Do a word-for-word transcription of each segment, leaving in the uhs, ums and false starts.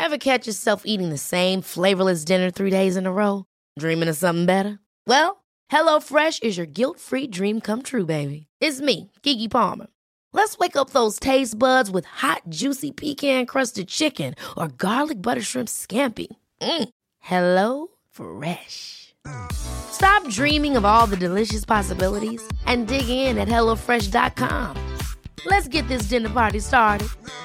Ever catch yourself eating the same flavorless dinner three days in a row? Dreaming of something better? Well, HelloFresh is your guilt-free dream come true, baby. It's me, Keke Palmer. Let's wake up those taste buds with hot, juicy pecan-crusted chicken or garlic butter shrimp scampi. Mm. Hello Fresh. Stop dreaming of all the delicious possibilities and dig in at hello fresh dot com. Let's get this dinner party started.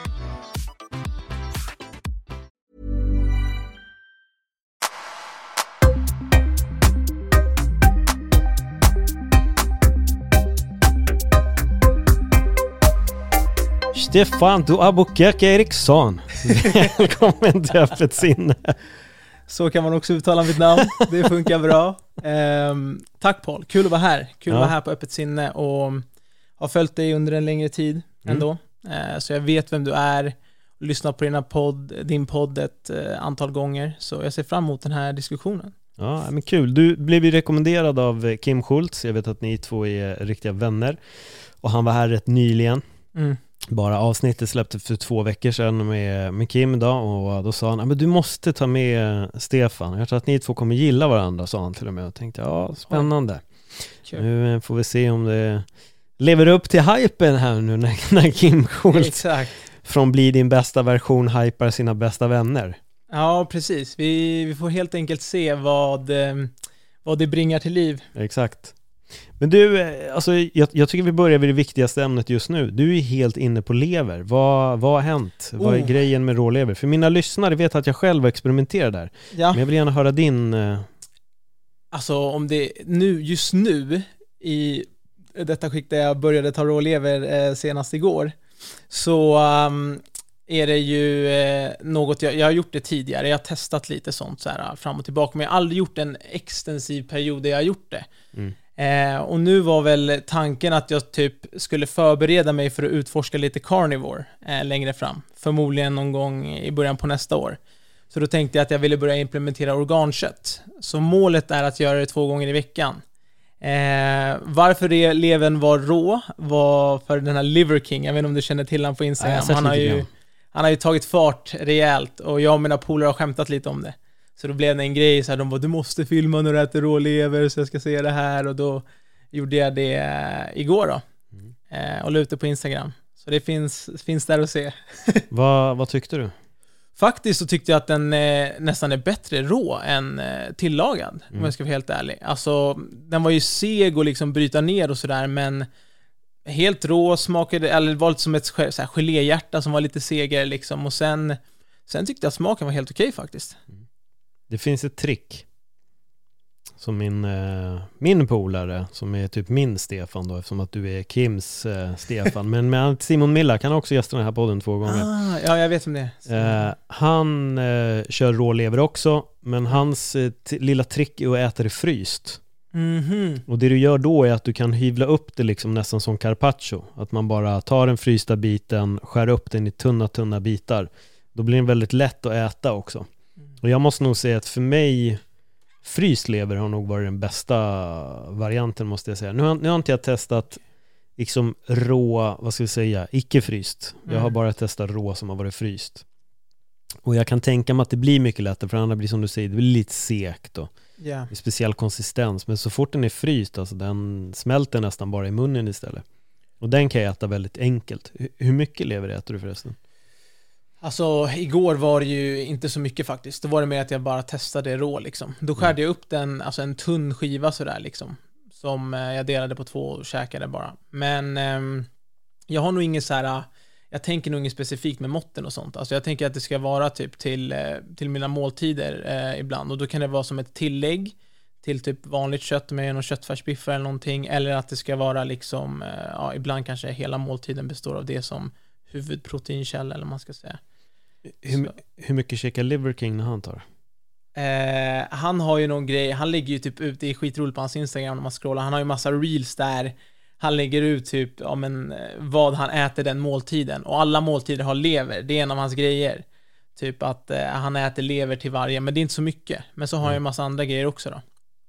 Stefan du Albuquerque Eriksson. Välkommen till Öppet sinne. Så kan man också uttala mitt namn. Det funkar bra. Um, tack Paul, kul att vara här. Kul ja. att vara här på Öppet sinne och har följt dig under en längre tid ändå. Mm. Uh, så jag vet vem du är. Lyssnar på dina podd, din podd ett uh, antal gånger. Så jag ser fram emot den här diskussionen. Ja, men kul. Du blev ju rekommenderad av Kim Schultz. Jag vet att ni två är riktiga vänner. Och han var här rätt nyligen. Mm. Bara avsnittet släppte för två veckor sedan med, med Kim då, och då sa han, men du måste ta med Stefan. Jag tror att ni två kommer gilla varandra, sa han till och med. Och tänkte, ja, spännande. Cool. Nu får vi se om det lever upp till hypen här nu när, när Kim Schultz Exakt. från Bli din bästa version hypar sina bästa vänner. Ja, precis. Vi, vi får helt enkelt se vad, vad det bringar till liv. Exakt. Men du, alltså, jag, jag tycker vi börjar med det viktigaste ämnet just nu. Du är helt inne på lever. Vad, vad har hänt? Oh. Vad är grejen med rålever? För mina lyssnare vet att jag själv experimenterar där. Ja. Men jag vill gärna höra din... Uh... Alltså om det nu, just nu i detta skick där jag började ta rålever eh, senast igår, så um, är det ju eh, något jag, jag har gjort det tidigare. Jag har testat lite sånt så här fram och tillbaka, men jag har aldrig gjort en extensiv period där jag har gjort det. Mm. Eh, och nu var väl tanken att jag typ skulle förbereda mig för att utforska lite carnivore eh, längre fram. Förmodligen någon gång i början på nästa år. Så då tänkte jag att jag ville börja implementera organkött. Så målet är att göra det två gånger i veckan. Eh, varför det levern var rå var för den här Liver King. Jag vet inte om du känner till han på Instagram. Ja, han, har ju, han har ju tagit fart rejält och jag och mina polare har skämtat lite om det. Så då blev det en grej så här, de bara, du måste filma när du äter rålever så jag ska se det här, och då gjorde jag det eh, igår då. Mm. Eh, och la ut det på Instagram. Så det finns, finns där att se. vad, vad tyckte du? Faktiskt så tyckte jag att den eh, nästan är bättre rå än eh, tillagad, mm. om jag ska vara helt ärlig. Alltså, den var ju seg och liksom bryta ner och sådär, men helt rå smakade, eller var lite som ett så här, geléhjärta som var lite segare liksom, och sen, sen tyckte jag att smaken var helt okej faktiskt. Mm. Det finns ett trick som min, eh, min polare, som är typ min Stefan då, eftersom att du är Kims eh, Stefan, men med Simon Milla kan också gästa den här podden två gånger. Ah, ja, jag vet om det. Eh, han eh, kör rålever också, men hans eh, t- lilla trick är att äta det fryst. Mm-hmm. Och det du gör då är att du kan hyvla upp det liksom nästan som carpaccio. Att man bara tar den frysta biten, skär upp den i tunna, tunna bitar. Då blir den väldigt lätt att äta också. Och jag måste nog säga att för mig fryst lever har nog varit den bästa varianten, måste jag säga. Nu har, nu har inte jag testat liksom rå, vad ska vi säga, icke-fryst. Jag har bara testat rå som har varit fryst. Och jag kan tänka mig att det blir mycket lättare, för annars blir, som du säger, det blir lite sekt och yeah. speciell konsistens. Men så fort den är fryst, alltså den smälter nästan bara i munnen istället. Och den kan jag äta väldigt enkelt. Hur mycket lever äter du förresten? Alltså, igår var det ju inte så mycket faktiskt. Då var det mer att jag bara testade rå liksom. Då skärde jag upp den, alltså en tunn skiva sådär liksom. Som eh, jag delade på två och käkade bara. Men eh, jag har nog inget så här. Jag tänker nog inget specifikt med måtten och sånt. Alltså jag tänker att det ska vara typ till, eh, till mina måltider eh, ibland. Och då kan det vara som ett tillägg till typ vanligt kött med någon köttfärsbiffar eller någonting. Eller att det ska vara liksom, eh, ja, ibland kanske hela måltiden består av det som huvudproteinkälla, eller man ska säga. Hur, hur mycket käkar Liver King när han tar? Eh, han har ju någon grej, han lägger ju typ ut, det är skitroligt på hans Instagram när man scrollar, han har ju massa reels där han lägger ut typ ja, men, vad han äter den måltiden, och alla måltider har lever, det är en av hans grejer, typ att eh, han äter lever till varje, men det är inte så mycket, men så har han ju en massa andra grejer också då.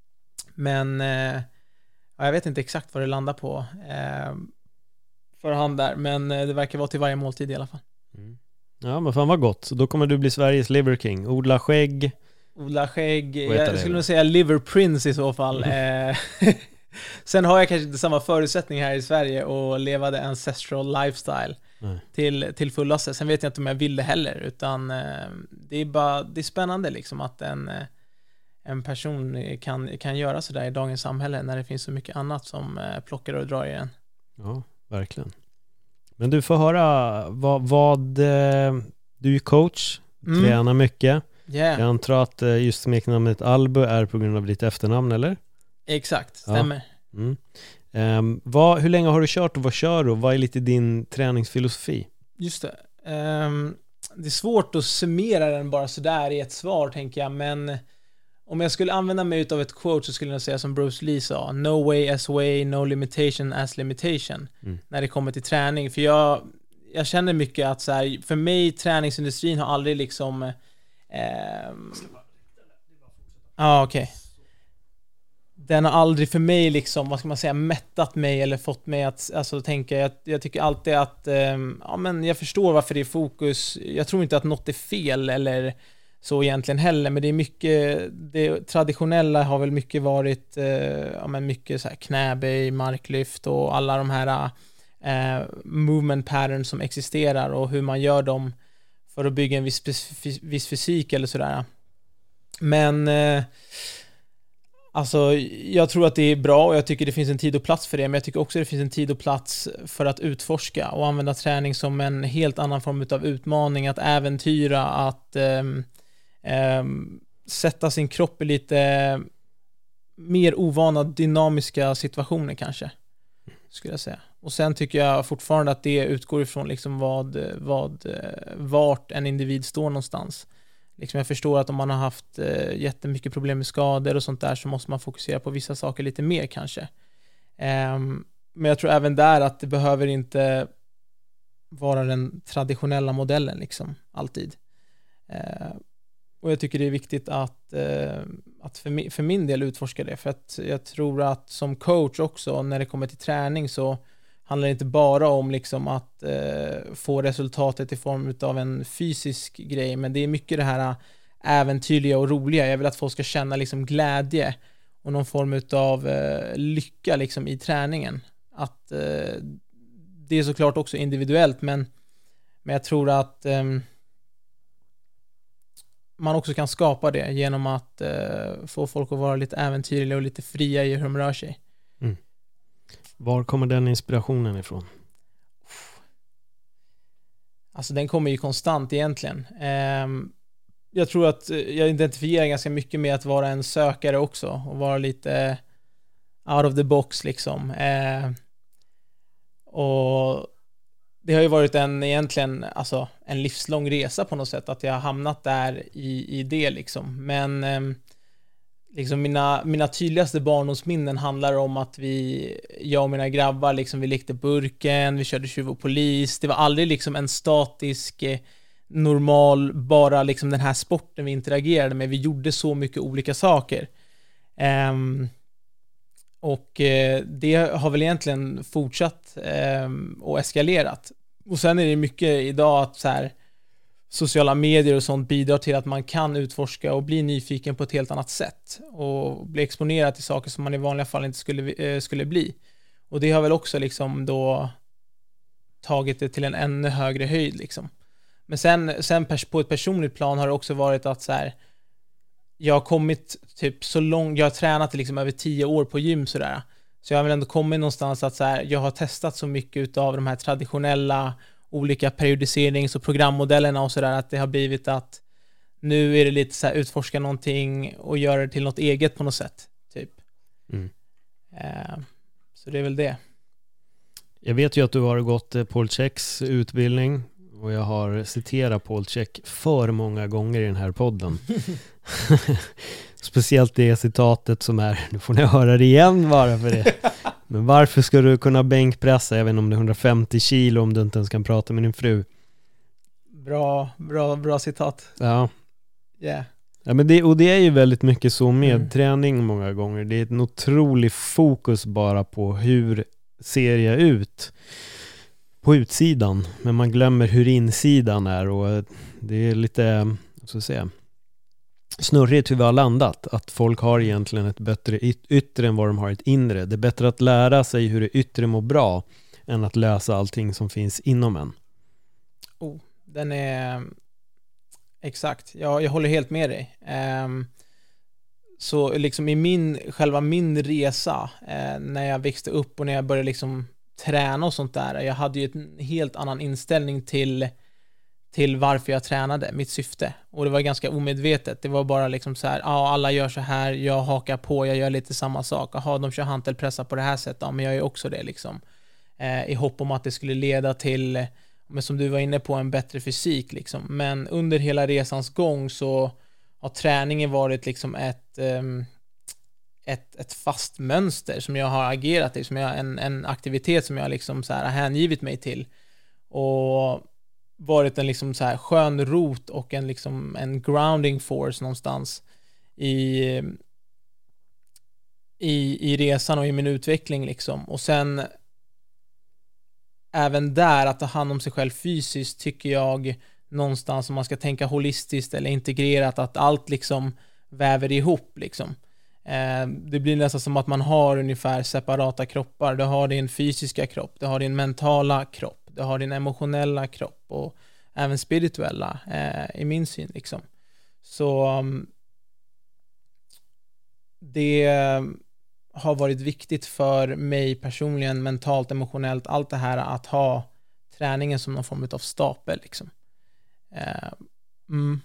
Men eh, ja, jag vet inte exakt vad det landar på eh, för han där, men eh, det verkar vara till varje måltid i alla fall. Mm. Ja, men fan vad gott. Så då kommer du bli Sveriges Liver King. Odla skägg. Odla skägg. Jag skulle nog säga Liver Prince i så fall. Mm. Sen har jag kanske inte samma förutsättning här i Sverige och leva det ancestral lifestyle Nej. till, till fullaste. Sen vet jag inte om jag vill det heller, utan eh, det är bara det är spännande liksom att en, en person kan, kan göra sådär i dagens samhälle när det finns så mycket annat som eh, plockar och drar i den. Ja, verkligen. Men du får höra vad, vad eh, du är coach, mm. tränar mycket. Yeah. Jag antar att eh, just smeknamnet Albu är på grund av ditt efternamn, eller? Exakt, stämmer. Ja. Mm. Um, vad, hur länge har du kört och vad kör du? Vad är lite din träningsfilosofi? Just det. Um, det är svårt att summera den bara sådär i ett svar, tänker jag. Men om jag skulle använda mig av ett quote så skulle jag säga som Bruce Lee sa: no way as way, no limitation as limitation. Mm. När det kommer till träning. För jag, jag känner mycket att så här, för mig träningsindustrin har aldrig liksom... Ja, um, ah, okej. Okay. Den har aldrig för mig liksom, vad ska man säga, mättat mig eller fått mig att alltså, tänka, jag, jag tycker alltid att um, ja, men jag förstår varför det är fokus. Jag tror inte att något är fel eller så egentligen heller, men det är mycket, det traditionella har väl mycket varit uh, ja, men mycket så här knäböj, marklyft och alla de här uh, movement patterns som existerar och hur man gör dem för att bygga en viss, viss fysik eller sådär. Men uh, alltså, jag tror att det är bra och jag tycker det finns en tid och plats för det, men jag tycker också det finns en tid och plats för att utforska och använda träning som en helt annan form av utmaning, att äventyra, att um, um, sätta sin kropp i lite mer ovana dynamiska situationer kanske, skulle jag säga. Och sen tycker jag fortfarande att det utgår ifrån liksom vad, vad, vart en individ står någonstans. Liksom jag förstår att om man har haft eh, jättemycket problem med skador och sånt där så måste man fokusera på vissa saker lite mer kanske. Eh, men jag tror även där att det behöver inte vara den traditionella modellen liksom, alltid. Eh, och jag tycker det är viktigt att, eh, att för, mi- för min del utforska det, för att jag tror att som coach också, när det kommer till träning så handlar det inte bara om liksom att eh, få resultatet i form av en fysisk grej, men det är mycket det här äventyrliga och roliga. Jag vill att folk ska känna liksom glädje och någon form av eh, lycka liksom i träningen. Att eh, det är såklart också individuellt, men, men jag tror att eh, man också kan skapa det genom att eh, få folk att vara lite äventyrliga och lite fria i hur de rör sig. Mm. Var kommer den inspirationen ifrån? Alltså den kommer ju konstant egentligen. Jag tror att jag identifierar ganska mycket med att vara en sökare också och vara lite out of the box liksom. Och det har ju varit en egentligen alltså en livslång resa på något sätt att jag har hamnat där i, i det liksom. Men liksom mina, mina tydligaste barndomsminnen handlar om att vi, jag och mina grabbar liksom, vi lekte burken, vi körde tjuv och polis. Det var aldrig liksom en statisk normal, bara liksom den här sporten vi interagerade med. Vi gjorde så mycket olika saker. Um, och uh, det har väl egentligen fortsatt um, och eskalerat. Och sen är det mycket idag att så här, sociala medier och sånt bidrar till att man kan utforska och bli nyfiken på ett helt annat sätt och bli exponerad till saker som man i vanliga fall inte skulle, uh, skulle bli. Och det har väl också liksom då tagit det till en ännu högre höjd liksom. Men sen, sen pers- på ett personligt plan har det också varit att så här, jag har kommit typ så långt, jag har tränat liksom över tio år på gym sådär. Så jag har väl ändå kommit någonstans att så här, jag har testat så mycket av de här traditionella olika periodiserings- och programmodellerna och sådär, att det har blivit att nu är det lite så här utforska någonting och göra det till något eget på något sätt typ. Mm. Uh, så det är väl det. Jag vet ju att du har gått Paul Checks utbildning. Och jag har citerat Paul Chek för många gånger i den här podden. Speciellt det citatet som är, nu får ni höra det igen bara för det. Men varför ska du kunna bänkpressa, jag vet inte om det är hundrafemtio kilo om du inte ens kan prata med din fru? Bra, bra, bra citat. Ja. Yeah. Ja, men det, och det är ju väldigt mycket så med mm. träning många gånger. Det är en otrolig fokus bara på hur ser jag ut på utsidan, men man glömmer hur insidan är, och det är lite, så att säga, snurrigt hur vi har landat, att folk har egentligen ett bättre yt- yttre än vad de har ett inre. det är bättre att lära sig hur det yttre mår bra än att lösa allting som finns inom en. Oh, den är exakt, jag, jag håller helt med dig. Um, så liksom i min, själva min resa eh, när jag växte upp och när jag började liksom träna och sånt där, jag hade ju en helt annan inställning till till varför jag tränade, mitt syfte, och det var ganska omedvetet. Det var bara liksom så här, ja, alla gör så här, jag hakar på, jag gör lite samma sak. Jaha, de kör hantelpressar på det här sättet, ja, men jag gör också det liksom. Eh, i hopp om att det skulle leda till, men som du var inne på, en bättre fysik liksom. Men under hela resans gång så har träningen varit liksom ett um, ett, ett fast mönster som jag har agerat i, som jag, en, en aktivitet som jag liksom så här har hängivit mig till, och varit en liksom så här skön rot och en liksom en grounding force någonstans i i, i resan och i min utveckling liksom. Och sen även där, att ta hand om sig själv fysiskt, tycker jag någonstans, om man ska tänka holistiskt eller integrerat, att allt liksom väver ihop liksom. Eh, det blir nästan som att man har ungefär separata kroppar. Du har din fysiska kropp, du har din mentala kropp, du har din emotionella kropp och även spirituella eh, i min syn liksom. Så um, det har varit viktigt för mig personligen, mentalt, emotionellt, allt det här, att ha träningen som någon form av stapel liksom. Eh, mm.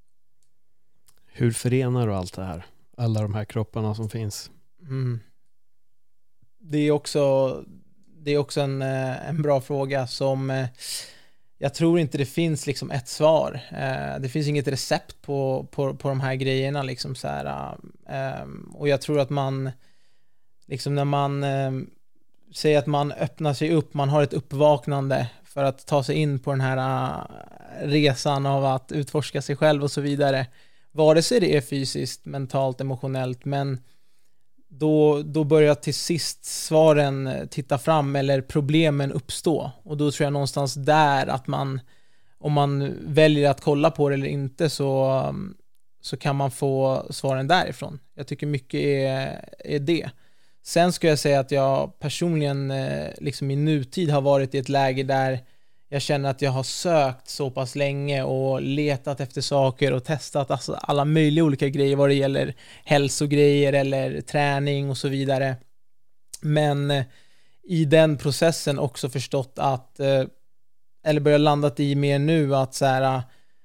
Hur förenar du allt det här? Alla de här kropparna som finns? Mm. Det är också det är också en, en bra fråga som jag tror inte det finns liksom ett svar. Det finns inget recept på, på, på de här grejerna liksom så här. Och jag tror att man liksom när man säger att man öppnar sig upp, man har ett uppvaknande för att ta sig in på den här resan av att utforska sig själv och så vidare. Vare sig det är fysiskt, mentalt, emotionellt, men då, då börjar till sist svaren titta fram, eller problemen uppstå. Och då tror jag någonstans där att man, om man väljer att kolla på det eller inte, så, så kan man få svaren därifrån. Jag tycker mycket är, är det. Sen ska jag säga att jag personligen liksom i nutid har varit i ett läge där jag känner att jag har sökt så pass länge och letat efter saker och testat alltså alla möjliga olika grejer vad det gäller hälsogrejer eller träning och så vidare. Men i den processen också förstått att, eller börjat landat i mer nu, att så här,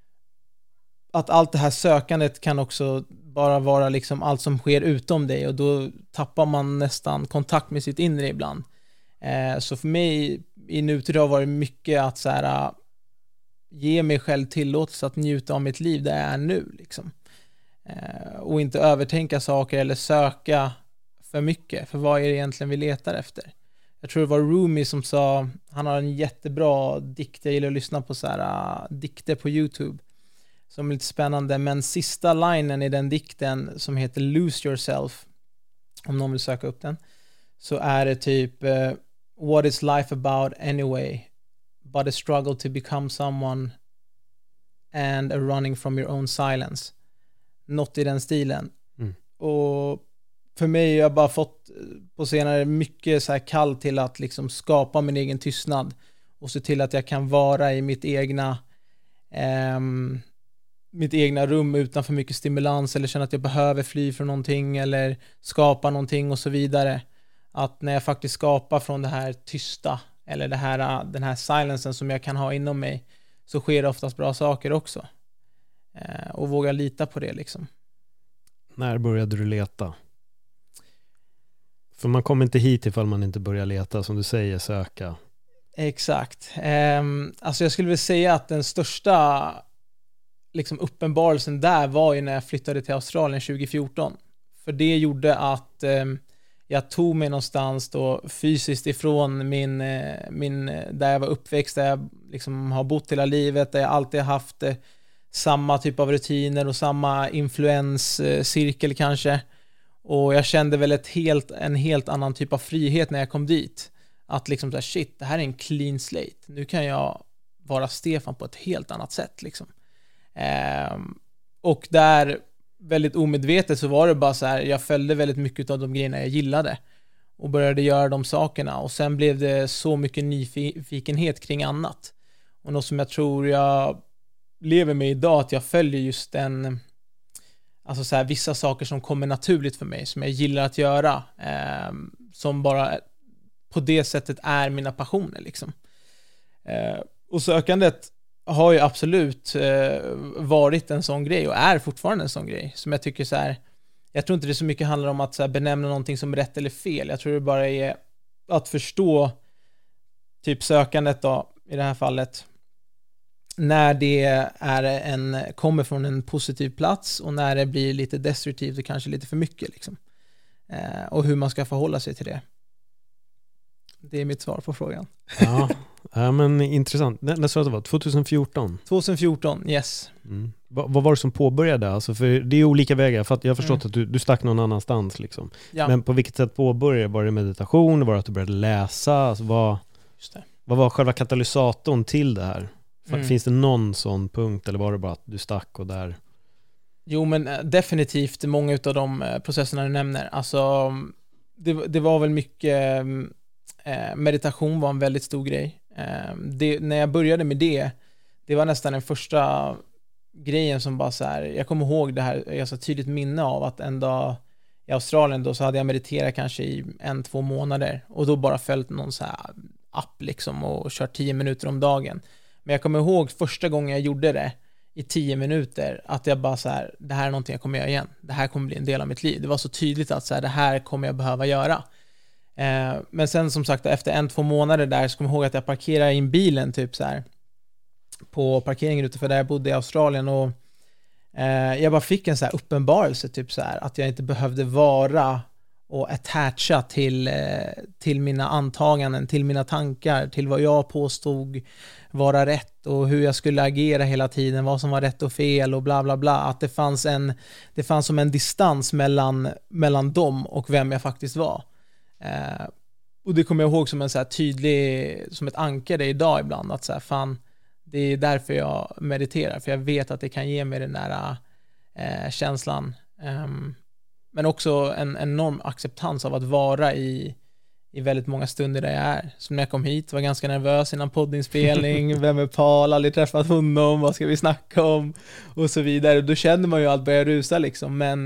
att allt det här sökandet kan också bara vara liksom allt som sker utom dig, och då tappar man nästan kontakt med sitt inre ibland. Så för mig i nutid har varit mycket att så här, ge mig själv tillåtelse att njuta av mitt liv där jag är nu liksom. Och inte övertänka saker eller söka för mycket, för vad är det egentligen vi letar efter? Jag tror det var Rumi som sa, han har en jättebra dikt, jag gillar att lyssna på så här dikter på YouTube som är lite spännande, men sista linen i den dikten, som heter Lose Yourself, om någon vill söka upp den, så är det typ uh, what is life about anyway but a struggle to become someone and a running from your own silence. Något i den stilen. Mm. Och för mig har jag bara fått på senare mycket så här kall till att liksom skapa min egen tystnad och se till att jag kan vara i mitt egna um, mitt egna rum utan för mycket stimulans, eller känna att jag behöver fly från någonting eller skapa någonting och så vidare. Att när jag faktiskt skapar från det här tysta, eller det här, den här silensen som jag kan ha inom mig, så sker det oftast bra saker också. Eh, och våga lita på det liksom. När började du leta? För man kommer inte hit ifall man inte börjar leta, som du säger, söka. Exakt. Eh, alltså jag skulle vilja säga att den största liksom uppenbarelsen där var ju när jag flyttade till Australien tjugo fjorton. För det gjorde att eh, jag tog mig någonstans då fysiskt ifrån min, min, där jag var uppväxt, där jag liksom har bott hela livet, där jag alltid haft eh, samma typ av rutiner och samma influenscirkel kanske. Och jag kände väl ett helt, en helt annan typ av frihet när jag kom dit. Att liksom så här, shit, det här är en clean slate. Nu kan jag vara Stefan på ett helt annat sätt liksom. Eh, och där väldigt omedvetet så var det bara så här, jag följde väldigt mycket av de grejerna jag gillade och började göra de sakerna, och sen blev det så mycket nyfikenhet kring annat. Och något som jag tror jag lever med idag, att jag följer just den, alltså så här, vissa saker som kommer naturligt för mig, som jag gillar att göra, eh, som bara på det sättet är mina passioner liksom. Eh, och sökandet har ju absolut eh, varit en sån grej och är fortfarande en sån grej som jag tycker så här, jag tror inte det så mycket handlar om att så här, benämna någonting som rätt eller fel. Jag tror det bara är att förstå typ sökandet då, i det här fallet, när det är en, kommer från en positiv plats och när det blir lite destruktivt och kanske lite för mycket liksom. Eh, och hur man ska förhålla sig till det. Det är mitt svar på frågan. Ja, ja men intressant. När sa det var? tjugohundrafjorton? tjugohundrafjorton, yes. Mm. Va, vad var det som påbörjade? Alltså, för det är olika vägar. För att jag har förstått mm. att du, du stack någon annanstans. Liksom. Ja. Men på vilket sätt påbörjade? Var det meditation? Var det att du började läsa? Alltså, vad, Just det. vad var själva katalysatorn till det här? Mm. Finns det någon sån punkt? Eller var det bara att du stack och där... Jo, men definitivt många av de processerna du nämner. Alltså, det, det var väl mycket... Eh, meditation var en väldigt stor grej. Eh, det, när jag började med det, det var nästan den första grejen som bara så här, jag kommer ihåg det här, jag har så tydligt minne av att en dag i Australien då så hade jag mediterat kanske i en, två månader och då bara följt någon så här app liksom och kört tio minuter om dagen. Men jag kommer ihåg första gången jag gjorde det i tio minuter, att jag bara så här, det här är någonting jag kommer göra igen. Det här kommer bli en del av mitt liv. Det var så tydligt att så här, det här kommer jag behöva göra. Eh, men sen som sagt efter en, två månader där så kommer jag ihåg att jag parkerade in bilen typ så här på parkeringen utanför där jag bodde i Australien, och eh, jag bara fick en så här uppenbarelse typ så här, att jag inte behövde vara och attacha till, eh, till mina antaganden, till mina tankar, till vad jag påstod vara rätt och hur jag skulle agera hela tiden, vad som var rätt och fel och bla bla bla. Att det fanns en, det fanns som en distans mellan, mellan dem och vem jag faktiskt var. Eh, och det kommer jag ihåg som en så här tydlig, som ett ankare idag ibland, att så här, fan, det är därför jag mediterar, för jag vet att det kan ge mig den där eh, känslan, um, men också en enorm acceptans av att vara i, i väldigt många stunder där jag är. Som när jag kom hit, var ganska nervös innan poddinspelning, vem är Paul, aldrig träffat honom, vad ska vi snacka om och så vidare. Då känner man ju allt börjar rusa liksom, men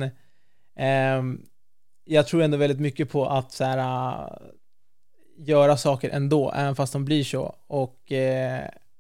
um, jag tror ändå väldigt mycket på att så här, uh, göra saker ändå, även fast de blir så. Och uh,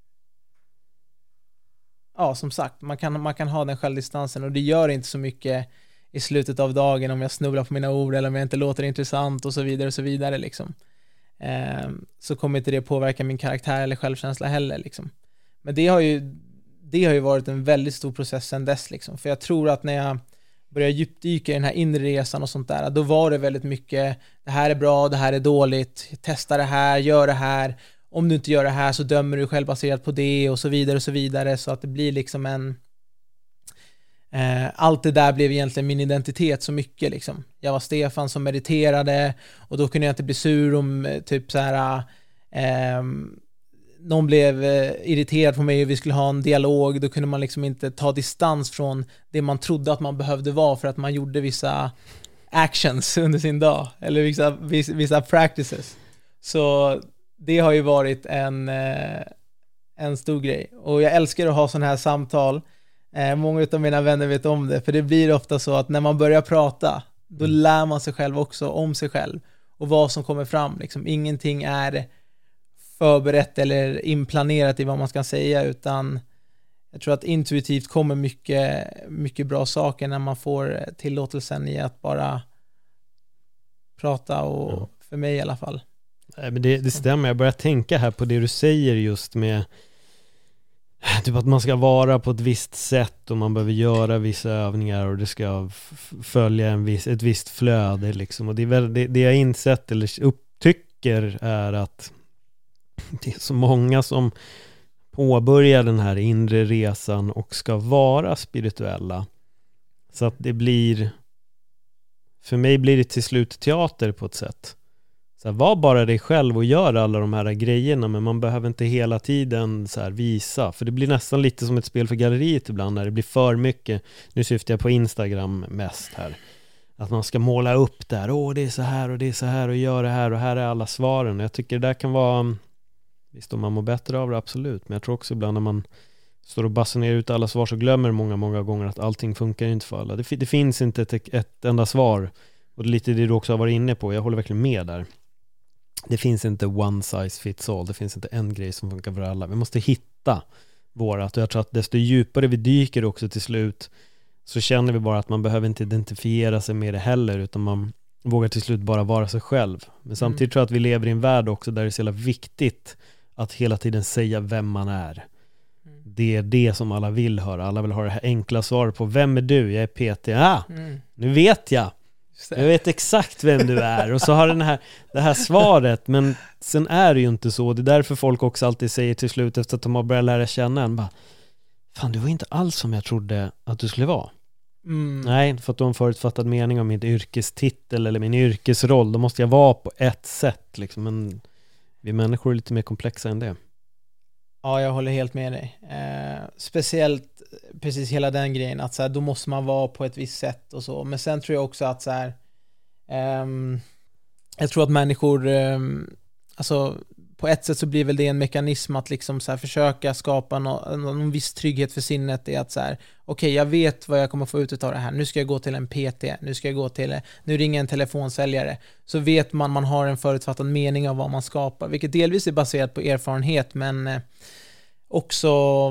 ja, som sagt, man kan, man kan ha den självdistansen, och det gör inte så mycket i slutet av dagen om jag snubblar på mina ord eller om jag inte låter intressant och så vidare och så vidare liksom. Uh, så kommer inte det påverka min karaktär eller självkänsla heller liksom. Men det har ju det har ju varit en väldigt stor process sedan dess liksom. För jag tror att när jag började djupdyka i den här inre resan och sånt där, då var det väldigt mycket, det här är bra, det här är dåligt, testa det här, gör det här, om du inte gör det här så dömer du själv baserat på det och så vidare och så vidare, så att det blir liksom en eh, allt det där blev egentligen min identitet så mycket liksom. Jag var Stefan som mediterade, och då kunde jag inte bli sur om eh, typ så här eh, någon blev eh, irriterad på mig och vi skulle ha en dialog. Då kunde man liksom inte ta distans från det man trodde att man behövde vara för att man gjorde vissa actions under sin dag, eller vissa, vissa, vissa practices. Så det har ju varit en, eh, en stor grej, och jag älskar att ha sådana här samtal. Eh, många av mina vänner vet om det, för det blir ofta så att när man börjar prata, då lär man sig själv också om sig själv och vad som kommer fram liksom. Ingenting är förberett eller inplanerat i vad man ska säga, utan jag tror att intuitivt kommer mycket, mycket bra saker när man får tillåtelsen i att bara prata, och ja. För mig i alla fall. Nej, men det, det stämmer, jag börjar tänka här på det du säger just med typ att man ska vara på ett visst sätt och man behöver göra vissa övningar och det ska f- följa en viss, ett visst flöde liksom. Och det, är väl, det, det jag insett eller upptycker är att det är så många som påbörjar den här inre resan och ska vara spirituella. Så att det blir, för mig blir det till slut teater på ett sätt. Så här, var bara dig själv och gör alla de här grejerna, men man behöver inte hela tiden så här visa. För det blir nästan lite som ett spel för galleriet ibland när det blir för mycket. Nu syftar jag på Instagram mest här. Att man ska måla upp där, åh det är så här och det är så här och gör det här och här är alla svaren. Jag tycker det där kan vara, visst om man mår bättre av det, absolut. Men jag tror också ibland när man står och basunerar ut alla svar så glömmer många, många gånger att allting funkar inte för alla. Det, det finns inte ett, ett enda svar. Och det är lite det du också har varit inne på. Jag håller verkligen med där. Det finns inte one size fits all. Det finns inte en grej som funkar för alla. Vi måste hitta vårat. Och jag tror att desto djupare vi dyker också till slut så känner vi bara att man behöver inte identifiera sig med det heller, utan man vågar till slut bara vara sig själv. Men samtidigt mm. tror jag att vi lever i en värld också där det är så jävla viktigt att hela tiden säga vem man är. Mm. Det är det som alla vill höra. Alla vill ha det här enkla svaret på vem är du? Jag är P T. Ah, mm. nu vet jag. Jag vet exakt vem du är. Och så har den här, det här svaret. Men sen är det ju inte så. Det är därför folk också alltid säger till slut efter att de har börjat lära känna en bara, fan, du var inte alls som jag trodde att du skulle vara. Mm. Nej, för att du har en förutfattad mening om min yrkestitel eller min yrkesroll. Då måste jag vara på ett sätt liksom. Men vi människor är lite mer komplexa än det. Ja, jag håller helt med dig. Eh, speciellt precis hela den grejen att så här, då måste man vara på ett visst sätt och så. Men sen tror jag också att så här, ehm, jag tror att människor ehm, alltså på ett sätt så blir väl det en mekanism att liksom så här försöka skapa någon, någon viss trygghet för sinnet. Det är att så här, okej, okay, jag vet vad jag kommer få ut av det här. Nu ska jag gå till en P T, nu ska jag gå till, nu ringer en telefonsäljare. Så vet man, man har en förutfattad mening av vad man skapar, vilket delvis är baserat på erfarenhet, men eh, också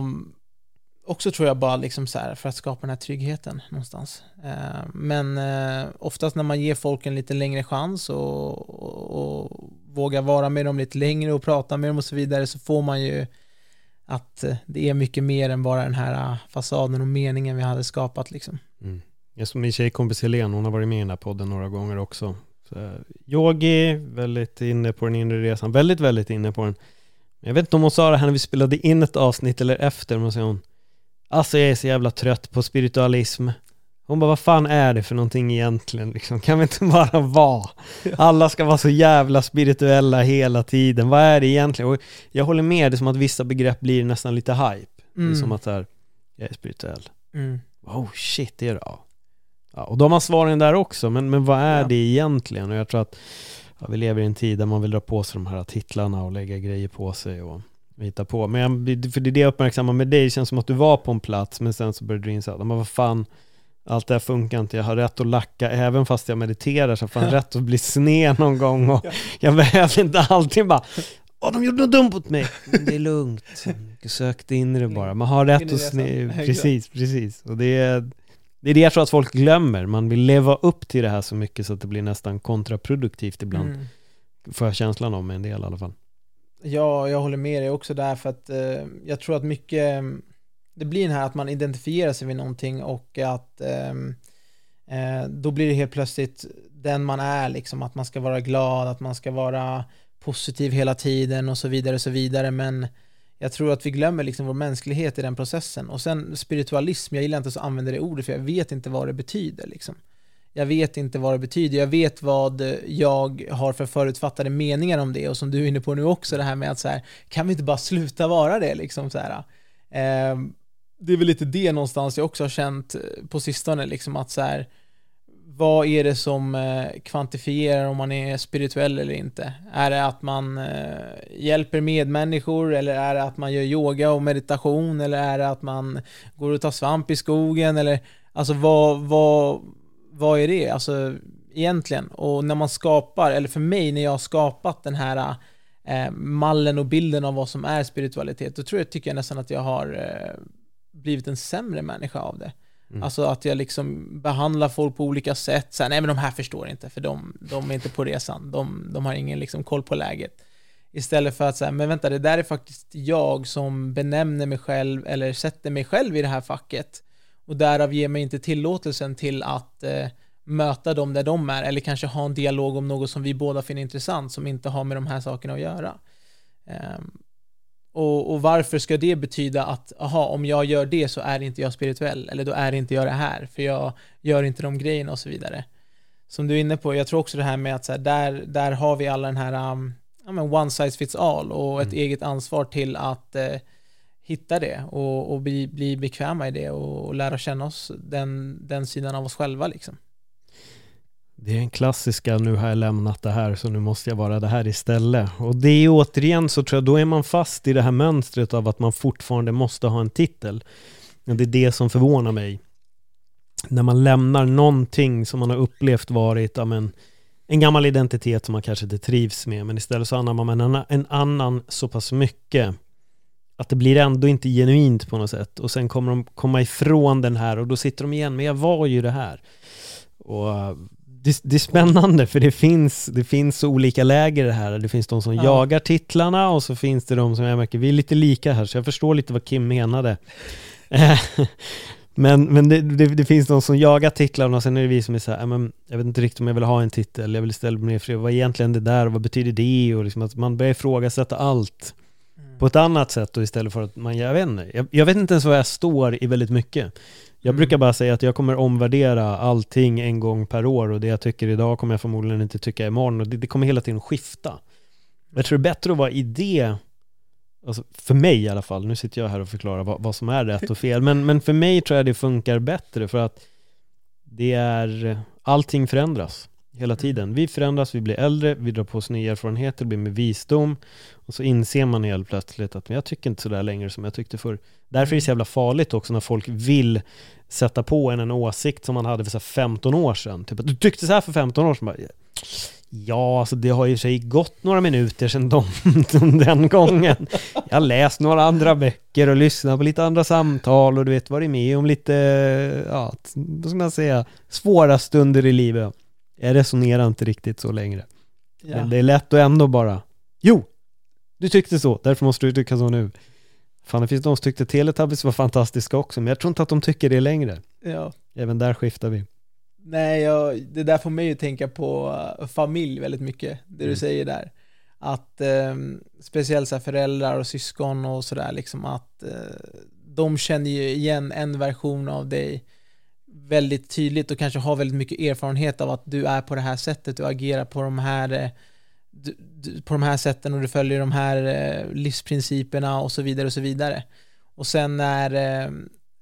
också tror jag bara liksom så här för att skapa den här tryggheten någonstans. Eh, men eh, oftast när man ger folk en lite längre chans och, och, och vågar vara med dem lite längre och prata med dem och så vidare, så får man ju att det är mycket mer än bara den här fasaden och meningen vi hade skapat liksom. Mm. Jag som min tjejkompis Helene, hon har varit med i den här podden några gånger också. Så, yogi, väldigt inne på den inre resan, väldigt, väldigt inne på den. Jag vet inte om hon sa det här när vi spelade in ett avsnitt eller efter, men så hon, alltså jag är så jävla trött på spiritualism. Hon bara, vad fan är det för någonting egentligen? Liksom, kan vi inte bara vara? Alla ska vara så jävla spirituella hela tiden. Vad är det egentligen? Och jag håller med, det är som att vissa begrepp blir nästan lite hype. Mm. Det är som att här, jag är spirituell. Mm. Oh shit, det är det. Ja. Ja, och då har man svaren där också. Men, men vad är ja. det egentligen? Och jag tror att ja, vi lever i en tid där man vill dra på sig de här titlarna och lägga grejer på sig och hitta på. Men jag, för det är det jag uppmärksammar med dig. Det känns som att du var på en plats, men sen så började du inse att men vad fan, allt det här funkar inte. Jag har rätt att lacka även fast jag mediterar, så jag fan rätt att bli sned någon gång. Och jag behöver inte alltid bara, åh, de gjorde något dumt mot mig. Men det är lugnt. Jag sökte in det bara. Man har rätt att sned. Precis, precis. Och det är, det är det jag tror att folk glömmer. Man vill leva upp till det här så mycket så att det blir nästan kontraproduktivt ibland. Mm. Får jag känslan om en del i alla fall. Ja, jag håller med dig också där, för att eh, jag tror att mycket, det blir den här att man identifierar sig med någonting och att eh, eh, då blir det helt plötsligt den man är liksom, att man ska vara glad, att man ska vara positiv hela tiden och så vidare och så vidare, men jag tror att vi glömmer liksom vår mänsklighet i den processen. Och sen spiritualism, jag gillar inte så att använda det ordet för jag vet inte vad det betyder liksom. Jag vet inte vad det betyder. Jag vet vad jag har för förutfattade meningar om det. Och som du är inne på nu också, det här med att så här, kan vi inte bara sluta vara det? Liksom så här. Eh, det är väl lite det någonstans jag också har känt på sistone. Liksom att så här, vad är det som eh, kvantifierar om man är spirituell eller inte? Är det att man eh, hjälper medmänniskor? Eller är det att man gör yoga och meditation? Eller är det att man går och tar svamp i skogen? Eller, alltså vad... vad vad är det alltså egentligen? Och när man skapar, eller för mig när jag har skapat den här eh, mallen och bilden av vad som är spiritualitet, då tror jag, tycker jag nästan att jag har eh, blivit en sämre människa av det. Mm. Alltså att jag liksom behandlar folk på olika sätt. Så här, nej men de här förstår inte, för de, de är inte på resan. De, de har ingen liksom koll på läget. Istället för att säga, men vänta, det där är faktiskt jag som benämner mig själv eller sätter mig själv i det här facket. Och därav ger mig inte tillåtelsen till att eh, möta dem där de är, eller kanske ha en dialog om något som vi båda finner intressant som inte har med de här sakerna att göra. Um, och, och varför ska det betyda att aha, om jag gör det så är inte jag spirituell, eller då är inte jag det här, för jag gör inte de grejerna och så vidare. som du är inne på, jag tror också det här med att så här, där, där har vi alla den här um, ja, men one size fits all och ett mm. eget ansvar till att eh, hitta det och, och bli, bli bekväma i det och, och lära känna oss den, den sidan av oss själva liksom. Det är en klassiska, nu har jag lämnat det här så nu måste jag vara det här istället. Och det är återigen så tror jag, då är man fast i det här mönstret av att man fortfarande måste ha en titel. Och det är det som förvånar mig. När man lämnar någonting som man har upplevt varit ja, men, en gammal identitet som man kanske inte trivs med, men istället så annar man en, en annan så pass mycket att det blir ändå inte genuint på något sätt. Och sen kommer de komma ifrån den här och då sitter de igen, men jag var ju det här. Och det, det är spännande för det finns, det finns så olika läger det här. Det finns de som ja. jagar titlarna och så finns det de som jag märker, vi är lite lika här så jag förstår lite vad Kim menade. men men det, det, det finns de som jagar titlarna och sen är det vi som är så här, men jag vet inte riktigt om jag vill ha en titel, jag vill istället bli fri. Vad är egentligen det där och vad betyder det? Och liksom att man börjar ifrågasätta allt mm. på ett annat sätt och istället för att man, jag vet inte, jag, jag vet inte ens vad jag står i väldigt mycket. Jag mm. brukar bara säga att jag kommer omvärdera allting en gång per år och det jag tycker idag kommer jag förmodligen inte tycka imorgon och det, det kommer hela tiden skifta. Jag tror det är bättre att vara i det, alltså för mig i alla fall, nu sitter jag här och förklarar vad, vad som är rätt och fel, men, men för mig tror jag det funkar bättre för att det är, allting förändras hela tiden. Vi förändras, vi blir äldre, vi drar på oss nya erfarenheter, blir med visdom och så inser man helt plötsligt att men jag tycker inte så där längre som jag tyckte förr. Därför är det så jävla farligt också när folk vill sätta på en en åsikt som man hade för så femton år sedan. Typ att du tyckte så här för femton år sedan. Bara, ja, alltså det har ju sig gått några minuter sedan de, den gången. Jag har läst några andra böcker och lyssnat på lite andra samtal och du vet vad det är med om lite, ja, vad ska man säga, svåra stunder i livet. Jag resonerar inte riktigt så längre. Ja. Men det är lätt att ändå bara, jo, du tyckte så, därför måste du tycka så nu. Fan, det finns de som tyckte Teletubbies var fantastiska också, men jag tror inte att de tycker det längre. Ja. Även där skiftar vi. Nej, jag, det där får mig att tänka på uh, familj väldigt mycket, det mm. du säger där. Att um, speciellt så här föräldrar och syskon och sådär, liksom att uh, de känner ju igen en version av dig väldigt tydligt och kanske har väldigt mycket erfarenhet av att du är på det här sättet, du agerar på de här du, du, på de här sätten och du följer de här eh, livsprinciperna och så vidare och så vidare. Och sen när eh,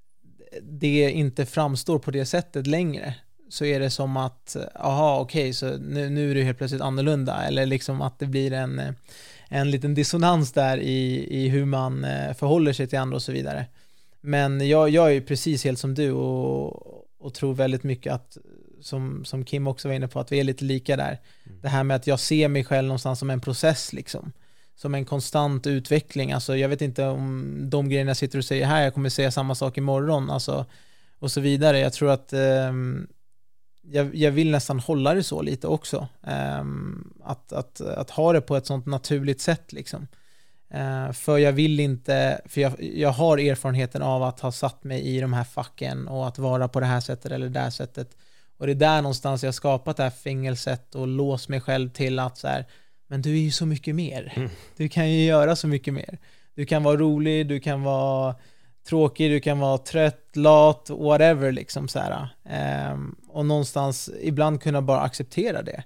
det inte framstår på det sättet längre så är det som att aha, okej, okay, så nu, nu är det helt plötsligt annorlunda, eller liksom att det blir en, en liten dissonans där i, i hur man förhåller sig till andra och så vidare. Men jag, jag är ju precis helt som du och, och tror väldigt mycket att, som, som Kim också var inne på, att vi är lite lika där. Mm. Det här med att jag ser mig själv någonstans som en process liksom. Som en konstant utveckling. Alltså jag vet inte om de grejerna jag sitter och säger här, jag kommer säga samma sak imorgon. Alltså, och så vidare. Jag tror att um, jag, jag vill nästan hålla det så lite också. Um, att, att, att ha det på ett sånt naturligt sätt liksom. Uh, för jag vill inte, för jag, jag har erfarenheten av att ha satt mig i de här facken och att vara på det här sättet eller det där sättet. Och det är där någonstans jag har skapat det här fängelset och låst mig själv till att så här, men du är ju så mycket mer. Mm. Du kan ju göra så mycket mer. Du kan vara rolig, du kan vara tråkig, du kan vara trött, lat, whatever liksom så här. Um, och någonstans ibland kunna bara acceptera det.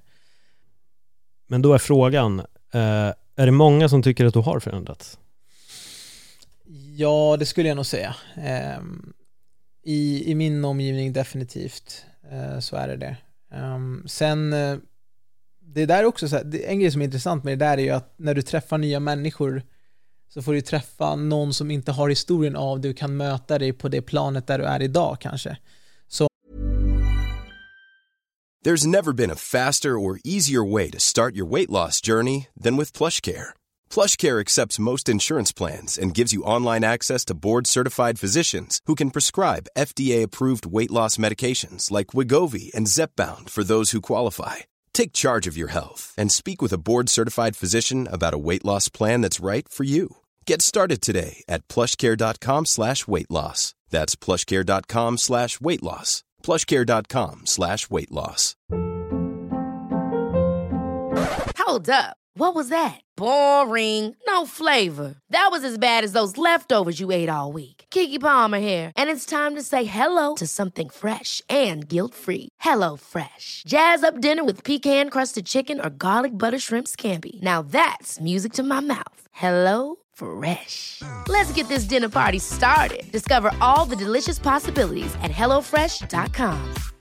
Men då är frågan, uh, är det många som tycker att du har förändrats? Ja, det skulle jag nog säga. Um, i, I min omgivning definitivt uh, så är det det. Um, sen uh, det där är också så här, det, en grej som är intressant med det där är ju att när du träffar nya människor så får du träffa någon som inte har historien av det och kan möta dig på det planet där du är idag kanske. Så There's never been a faster or easier way to start your weight loss journey than with PlushCare. PlushCare accepts most insurance plans and gives you online access to board-certified physicians who can prescribe F D A-approved weight loss medications like Wegovy and Zepbound for those who qualify. Take charge of your health and speak with a board-certified physician about a weight loss plan that's right for you. Get started today at plushcare.com slash weight loss. That's plushcare.com slash weight loss. plushcare.com slash weight loss. Hold up. What was that? Boring. No flavor. That was as bad as those leftovers you ate all week. Keke Palmer here, and it's time to say hello to something fresh and guilt-free. Hello Fresh. Jazz up dinner with pecan-crusted chicken or garlic butter shrimp scampi. Now that's music to my mouth. Hello Fresh. Let's get this dinner party started. Discover all the delicious possibilities at hello fresh dot com.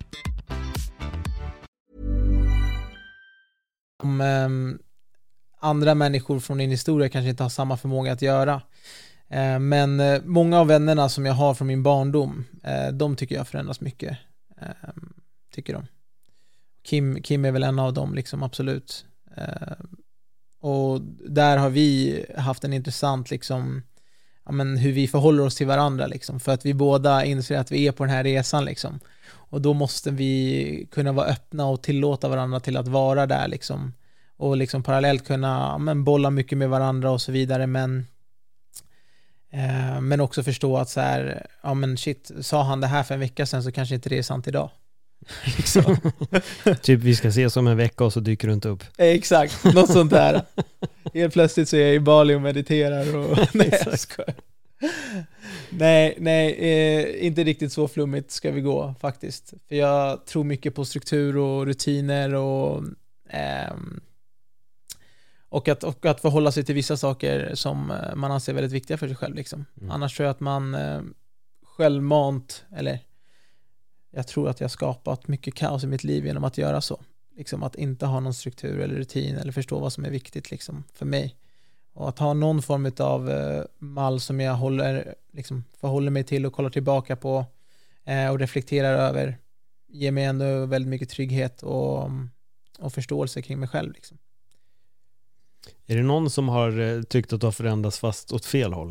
Om um, andra människor från din historia kanske inte har samma förmåga att göra. Uh, men uh, många av vännerna som jag har från min barndom, uh, de tycker jag förändras mycket. Uh, tycker de. Kim, Kim är väl en av dem, liksom, absolut. Uh, och där har vi haft en intressant, liksom, ja, men hur vi förhåller oss till varandra, liksom, för att vi båda inser att vi är på den här resan, liksom. Och då måste vi kunna vara öppna och tillåta varandra till att vara där, liksom. Och liksom parallellt kunna, ja, men bolla mycket med varandra och så vidare, men eh, men också förstå att så här, ja men shit, sa han det här för en vecka sedan så kanske inte det är sant idag. Liksom. Typ vi ska ses om en vecka och så dyker du inte upp. Exakt, något sånt där. Helt plötsligt så är jag i Bali och mediterar och nej, jag skojar. Nej, nej, eh, inte riktigt så flummigt ska vi gå faktiskt. För jag tror mycket på struktur och rutiner och eh, och, att, och att förhålla sig till vissa saker som man anser väldigt viktiga för sig själv, liksom. Mm. Annars tror jag att man eh, självmant, eller jag tror att jag skapat mycket kaos i mitt liv genom att göra så. Liksom att inte ha någon struktur eller rutin eller förstå vad som är viktigt, liksom, för mig. Och att ha någon form av eh, mall som jag håller, liksom, förhåller mig till och kollar tillbaka på eh, och reflekterar över ger mig ändå väldigt mycket trygghet och, och förståelse kring mig själv, liksom. Är det någon som har eh, tyckt att du har förändrats fast åt fel håll?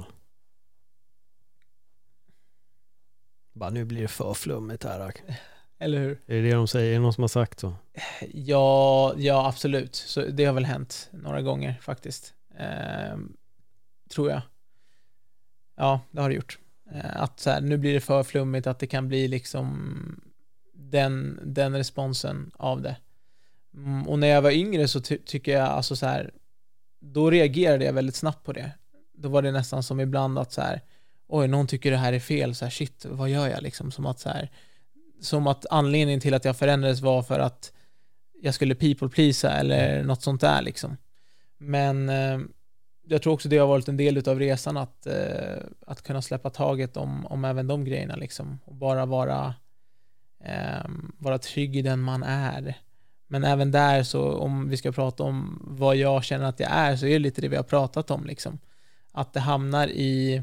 Bara, nu blir det för flummigt här. Eller hur? Är det det de säger? Är det någon som har sagt så? Ja, ja absolut. Så det har väl hänt några gånger faktiskt. Eh, tror jag. Ja, det har det gjort. Eh, att så här, nu blir det för flummigt, att det kan bli liksom den, den responsen av det. Mm, och när jag var yngre så ty- tycker jag alltså så här, då reagerade jag väldigt snabbt på det. Då var det nästan som ibland att så här, oj, någon tycker det här är fel, så här, shit, vad gör jag, liksom, som att så här, som att anledningen till att jag förändrades var för att jag skulle people pleasa eller något sånt där, liksom. Men eh, jag tror också det har varit en del av resan att, eh, att kunna släppa taget om, om även de grejerna, liksom, och bara vara eh, vara trygg i den man är. Men även där, så om vi ska prata om vad jag känner att jag är, så är det lite det vi har pratat om, liksom. Att det hamnar i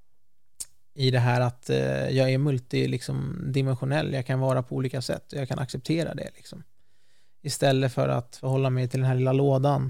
i det här att eh, jag är multi, liksom, dimensionell. Jag kan vara på olika sätt och jag kan acceptera det, liksom. Istället för att förhålla mig till den här lilla lådan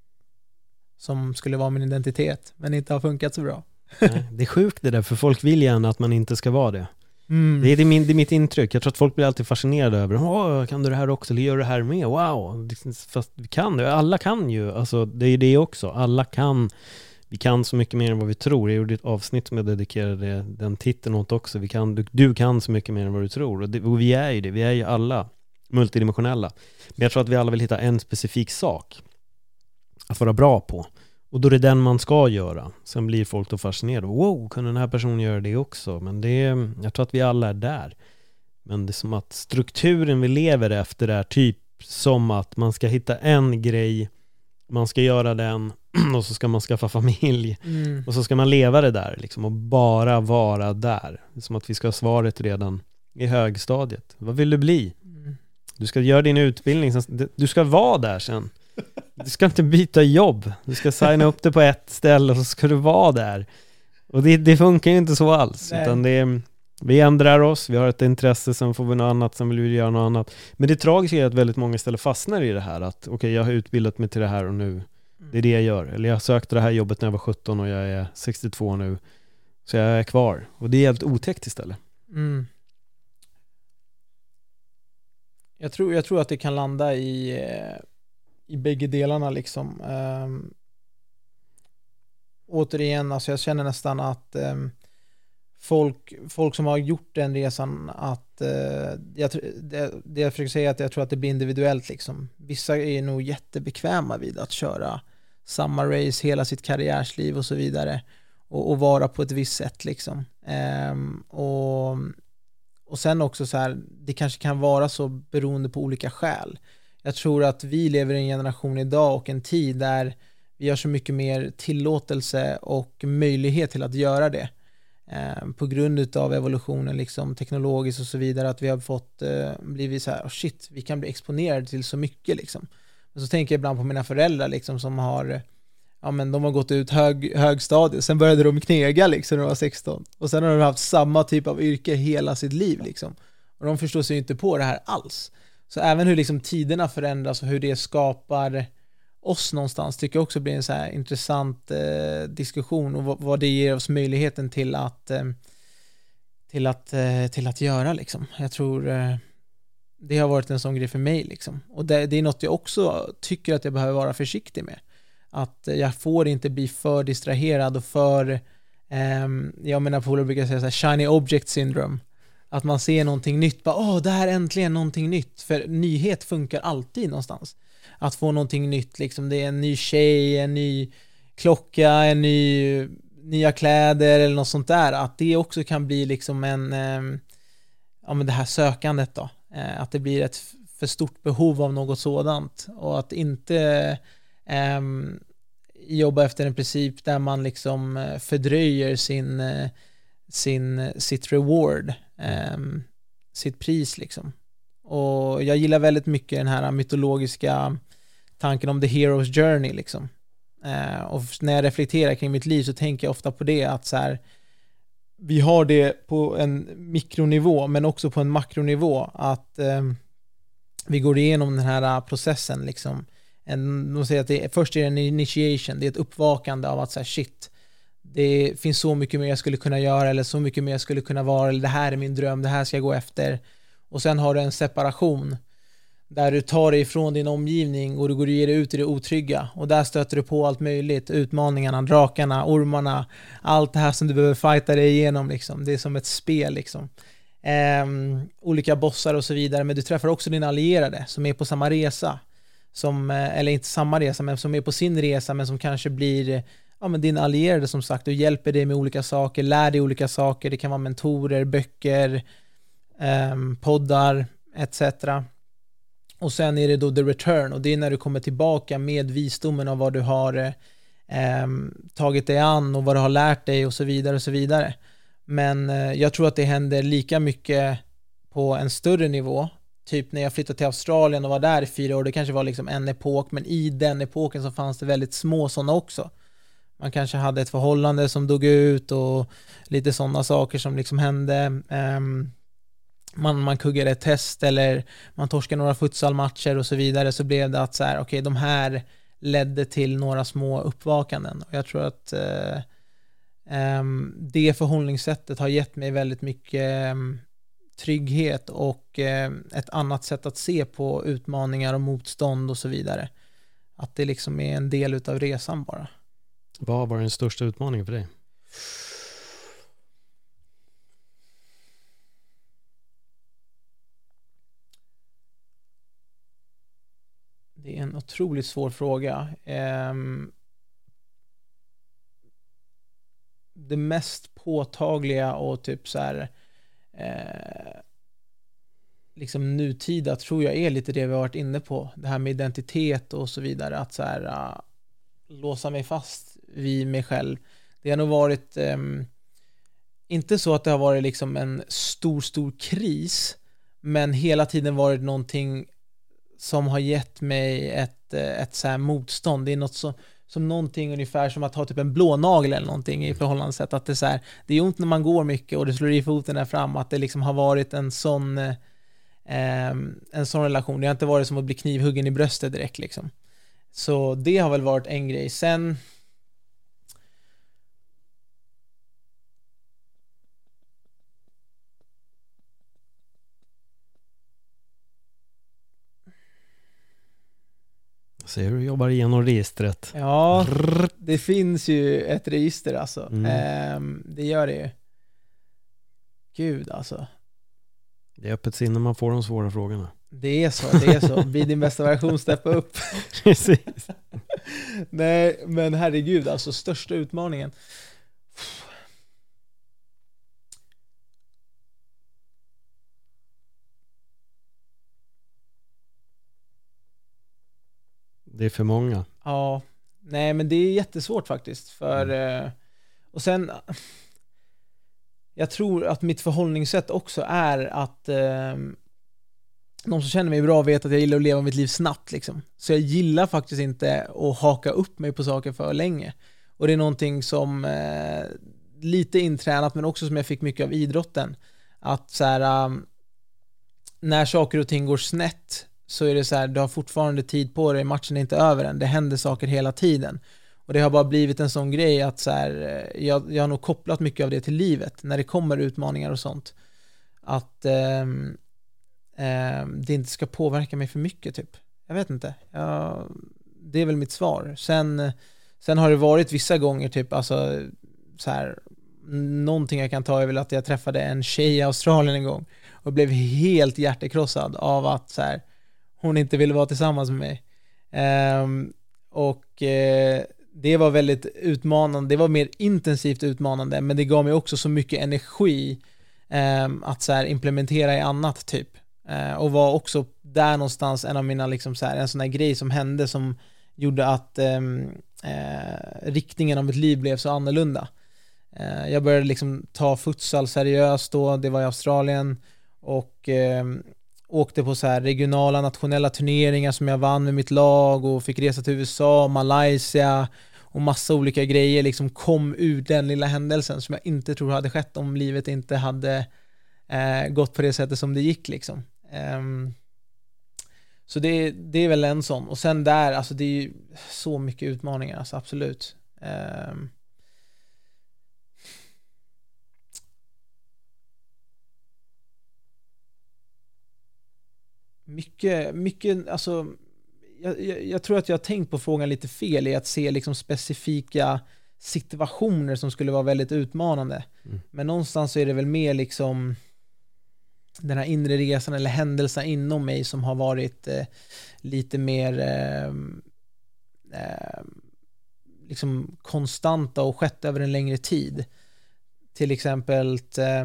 som skulle vara min identitet men inte har funkat så bra. Nej, det är sjukt det där, för folk vill gärna att man inte ska vara det. Mm. Det, är det, min, det är mitt intryck. Jag tror att folk blir alltid fascinerade över, åh, kan du det här också? Eller gör du det här med? Wow! Fast vi kan det. Alla kan ju. Alltså, det är det också. Alla kan. Vi kan så mycket mer än vad vi tror. Jag gjorde ett avsnitt som jag dedikerade den titeln åt också. Vi kan, du, du kan så mycket mer än vad du tror. Och, det, och vi är ju det. Vi är ju alla multidimensionella. Men jag tror att vi alla vill hitta en specifik sak att vara bra på. Och då är det den man ska göra. Sen blir folk då fascinerade. Wow, kan den här personen göra det också? Men det är, jag tror att vi alla är där. Men det är som att strukturen vi lever efter är typ som att man ska hitta en grej, man ska göra den och så ska man skaffa familj. Mm. Och så ska man leva det där liksom, och bara vara där. Det är som att vi ska ha svaret redan i högstadiet. Vad vill du bli? Mm. Du ska göra din utbildning. Du ska vara där sen. Du ska inte byta jobb. Du ska signa upp det på ett ställe och så ska du vara där. Och det, det funkar ju inte så alls. Nej. Utan det är, vi ändrar oss, vi har ett intresse, sen får vi något annat, sen vill vi göra något annat. Men det tragiska är att väldigt många istället fastnar i det här. Att okej, okay, jag har utbildat mig till det här och nu, det är det jag gör. Eller jag sökte det här jobbet när jag var sjutton och jag är sextiotvå nu. Så jag är kvar. Och det är helt otäckt istället. Mm. Jag tror, jag tror att det kan landa i... i bägge delarna liksom. Um, återigen, alltså jag känner nästan att um, folk, folk som har gjort den resan, att uh, jag, det, det jag försöker säga är att jag tror att det blir individuellt liksom. Vissa är nog jättebekväma vid att köra samma race hela sitt karriärsliv och så vidare. Och, och vara på ett visst sätt liksom. Um, och, och sen också så här, det kanske kan vara så beroende på olika skäl. Jag tror att vi lever i en generation idag och en tid där vi har så mycket mer tillåtelse och möjlighet till att göra det. Eh, på grund av evolutionen liksom, teknologiskt och så vidare, att vi har fått eh, blivit så här, oh shit, vi kan bli exponerade till så mycket liksom. Men så tänker jag ibland på mina föräldrar liksom, som har ja, men de har gått ut hög, högstadiet, sen började de knega liksom när de var sexton, och sen har de haft samma typ av yrke hela sitt liv liksom. Och de förstår sig inte på det här alls. Så även hur liksom tiderna förändras och hur det skapar oss någonstans tycker jag också blir en så här intressant eh, diskussion, och vad, vad det ger oss möjligheten till att eh, till att eh, till att göra liksom. Jag tror eh, det har varit en sån grej för mig liksom. Och det, det är något jag också tycker att jag behöver vara försiktig med. Att jag får inte bli för distraherad och för eh, jag menar polare brukar säga så här, shiny object syndrome. Att man ser någonting nytt, bara åh, det här är äntligen någonting nytt. För nyhet funkar alltid någonstans. Att få någonting nytt, liksom, det är en ny tjej, en ny klocka, en ny, nya kläder eller något sånt där. Att det också kan bli liksom en, eh, ja men det här sökandet då. Eh, att det blir ett för stort behov av något sådant. Och att inte eh, jobba efter en princip där man liksom fördröjer sin, sin, sitt reward, eh, sitt pris liksom. Och jag gillar väldigt mycket den här mytologiska tanken om the hero's journey liksom. Eh, och när jag reflekterar kring mitt liv så tänker jag ofta på det, att så här, vi har det på en mikronivå men också på en makronivå, att eh, vi går igenom den här processen liksom. En, de säger att det är, först är det en initiation, det är ett uppvakande av att så här, shit, det finns så mycket mer jag skulle kunna göra, eller så mycket mer jag skulle kunna vara, eller det här är min dröm, det här ska jag gå efter. Och sen har du en separation där du tar dig ifrån din omgivning och du går och ger dig ut i det otrygga, och där stöter du på allt möjligt, utmaningarna, drakarna, ormarna, allt det här som du behöver fighta dig igenom liksom. Det är som ett spel liksom. Ehm, olika bossar och så vidare, men du träffar också dina allierade som är på samma resa, som, eller inte samma resa men som är på sin resa, men som kanske blir ja, men dina allierade som sagt, och hjälper dig med olika saker, lär dig olika saker. Det kan vara mentorer, böcker, Um, poddar et cetera. Och sen är det då the return, och det är när du kommer tillbaka med visdomen av vad du har um, tagit dig an och vad du har lärt dig och så vidare och så vidare. Men uh, jag tror att det händer lika mycket på en större nivå. Typ när jag flyttade till Australien och var där i fyra år, det kanske var liksom en epok, men i den epoken så fanns det väldigt små sådana också. Man kanske hade ett förhållande som dog ut och lite sådana saker som liksom hände. um, Man, man kuggade ett test eller man torskade några futsalmatcher och så vidare, så blev det att så här, okej, okay, de här ledde till några små uppvakanden. Och jag tror att eh, eh, det förhållningssättet har gett mig väldigt mycket eh, trygghet och eh, ett annat sätt att se på utmaningar och motstånd och så vidare. Att det liksom är en del utav resan bara. Vad var den största utmaningen för dig? Det är en otroligt svår fråga. Um, det mest påtagliga och typ så här uh, liksom nutida tror jag är lite det vi har varit inne på. Det här med identitet och så vidare. Att så här uh, låsa mig fast vid mig själv. Det har nog varit um, inte så att det har varit liksom en stor, stor kris, men hela tiden varit någonting som har gett mig ett, ett så här motstånd. Det är något så, som någonting ungefär som att ha typ en blå nagel eller någonting i förhållande sätt, att det är så här, det är ont när man går mycket och det slår i foten där fram, att det liksom har varit en sån eh, en sån relation. Det har inte varit som att bli knivhuggen i bröstet direkt liksom. Så det har väl varit en grej. Sen Ser du jobbar igenom registret. Ja, det finns ju ett register alltså. Mm. Ehm, det gör det ju. Gud alltså. Det är öppet sinne man får de svåra frågorna. Det är så, det är så. Bli din bästa version, steppa upp. Precis. Nej, men herregud, alltså största utmaningen. Det är för många. Ja, nej men det är jättesvårt faktiskt. För, mm. Och sen, jag tror att mitt förhållningssätt också är att eh, de som känner mig bra vet att jag gillar att leva mitt liv snabbt liksom. Så jag gillar faktiskt inte att haka upp mig på saker för länge. Och det är någonting som eh, lite intränat, men också som jag fick mycket av idrotten. Att så här, um, när saker och ting går snett så är det så här, du har fortfarande tid på dig, matchen är inte över än, det händer saker hela tiden. Och det har bara blivit en sån grej att så här, jag, jag har nog kopplat mycket av det till livet när det kommer utmaningar och sånt. Att eh, eh, det inte ska påverka mig för mycket typ. Jag vet inte. Jag, det är väl mitt svar. Sen, sen har det varit vissa gånger typ, alltså så här, någonting jag kan ta är väl att jag träffade en tjej i Australien en gång och blev helt hjärtekrossad av att så här, hon inte ville vara tillsammans med mig. Um, och uh, det var väldigt utmanande. Det var mer intensivt utmanande, men det gav mig också så mycket energi um, att så här, implementera i annat typ. Uh, och var också där någonstans en av mina liksom, så här, en sån här grej som hände som gjorde att um, uh, riktningen av mitt liv blev så annorlunda. Uh, jag började liksom ta futsal seriöst då. Det var i Australien och um, åkte på så här regionala, nationella turneringar som jag vann med mitt lag och fick resa till U S A, Malaysia och massa olika grejer liksom kom ur den lilla händelsen som jag inte tror hade skett om livet inte hade eh, gått på det sättet som det gick liksom. Um, så det, det är väl en sån. Och sen där, alltså det är ju så mycket utmaningar, alltså absolut. Um, Mycket, mycket, alltså jag, jag, jag tror att jag har tänkt på frågan lite fel i att se liksom specifika situationer som skulle vara väldigt utmanande. Mm. Men någonstans så är det väl mer liksom den här inre resan eller händelser inom mig som har varit eh, lite mer eh, eh, liksom konstanta och skett över en längre tid. Till exempel eh,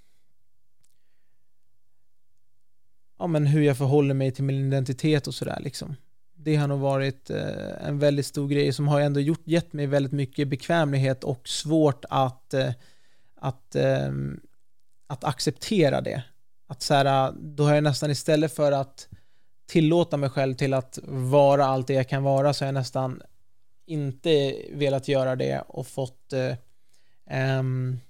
ja, men hur jag förhåller mig till min identitet och sådär liksom. Det har nog varit eh, en väldigt stor grej som har ändå gjort, gett mig väldigt mycket bekvämlighet och svårt att eh, att, eh, att acceptera det. Att så här, då har jag nästan istället för att tillåta mig själv till att vara allt det jag kan vara så har jag nästan inte velat göra det och fått eh, eh,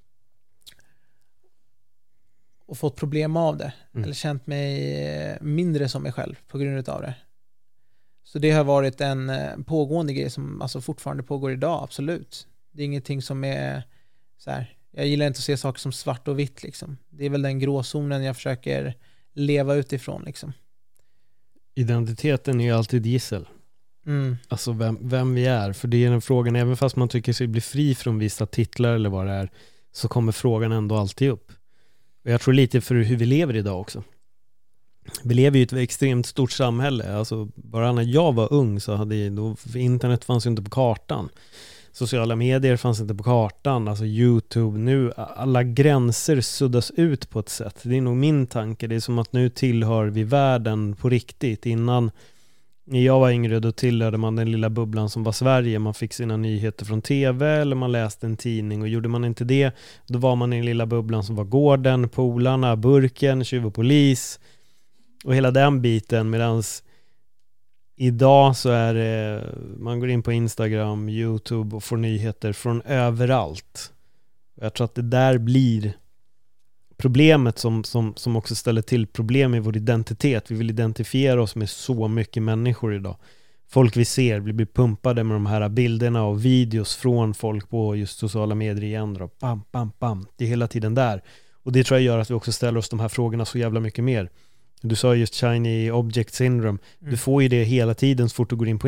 och fått problem av det. Mm. Eller känt mig mindre som mig själv på grund av det. Så det har varit en pågående grej som alltså fortfarande pågår idag, absolut. Det är ingenting som är så här, jag gillar inte att se saker som svart och vitt liksom. Det är väl den gråzonen jag försöker leva utifrån liksom. Identiteten är ju alltid gissel. Mm. Alltså vem, vem vi är. För det är den frågan, även fast man tycker sig bli fri från vissa titlar eller vad det är, så kommer frågan ändå alltid upp. Och jag tror lite för hur vi lever idag också. Vi lever i ett extremt stort samhälle. Alltså bara när jag var ung så hade då, internet fanns ju inte på kartan. Sociala medier fanns inte på kartan. Alltså YouTube. Nu alla gränser suddas ut på ett sätt. Det är nog min tanke. Det är som att nu tillhör vi världen på riktigt. Innan när jag var yngre då tillhörde man den lilla bubblan som var Sverige. Man fick sina nyheter från tv eller man läste en tidning. Och gjorde man inte det, då var man i den lilla bubblan som var gården, polarna, burken, tjuv och polis. Och hela den biten. Medans idag så är det, man går in på Instagram, YouTube och får nyheter från överallt. Jag tror att det där blir problemet som, som, som också ställer till problem i vår identitet. Vi vill identifiera oss med så mycket människor idag. Folk vi ser blir, blir pumpade med de här bilderna och videos från folk på just sociala medier igen. Då. Bam, bam, bam. Det är hela tiden där. Och det tror jag gör att vi också ställer oss de här frågorna så jävla mycket mer. Du sa just shiny object syndrome. Mm. Du får ju det hela tiden så fort du går in på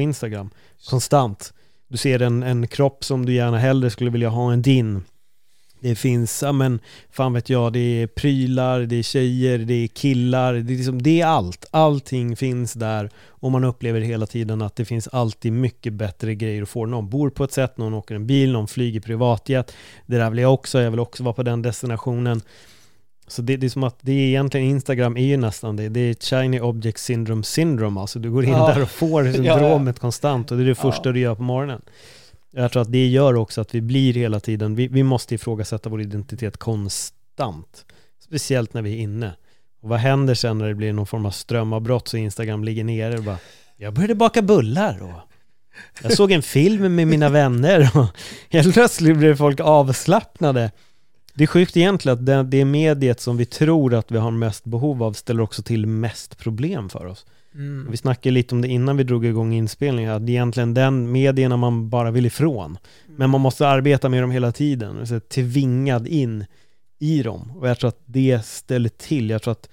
Det finns, ja men fan vet jag, det är prylar, det är tjejer, det är killar, det är, liksom, det är allt. Allting finns där och man upplever hela tiden att det finns alltid mycket bättre grejer att få. Någon bor på ett sätt, någon åker en bil, någon flyger privatjet. Det där vill jag också, jag vill också vara på den destinationen. Så det, det är som att det är egentligen, Instagram är ju nästan det. Det är shiny object syndrome syndrome. Alltså du går in ja. där och får syndromet ja, ja. konstant och det är det första ja. du gör på morgonen. Jag tror att det gör också att vi blir hela tiden, vi, vi måste ifrågasätta vår identitet konstant. Speciellt när vi är inne. Och vad händer sen när det blir någon form av strömavbrott så Instagram ligger nere och bara, jag började baka bullar och jag såg en film med mina vänner och helt plötsligt blir folk avslappnade. Det är sjukt egentligen att det, det mediet som vi tror att vi har mest behov av ställer också till mest problem för oss. Mm. Vi snackade lite om det innan vi drog igång inspelningen, att det är egentligen den medierna man bara vill ifrån. Mm. Men man måste arbeta med dem hela tiden, så tvingad in i dem. Och jag tror att det ställer till. Jag tror att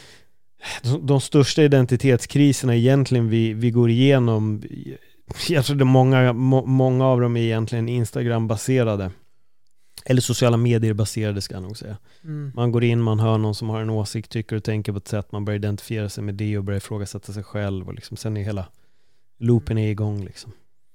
de, de största identitetskriserna egentligen vi, vi går igenom, jag tror att många, må, många av dem är egentligen Instagram-baserade. Eller sociala medier baserade ska jag nog säga. Mm. Man går in, man hör någon som har en åsikt, tycker och tänker på ett sätt, man börjar identifiera sig med det och börjar ifrågasätta sig själv och liksom, sen är hela loopen är igång liksom.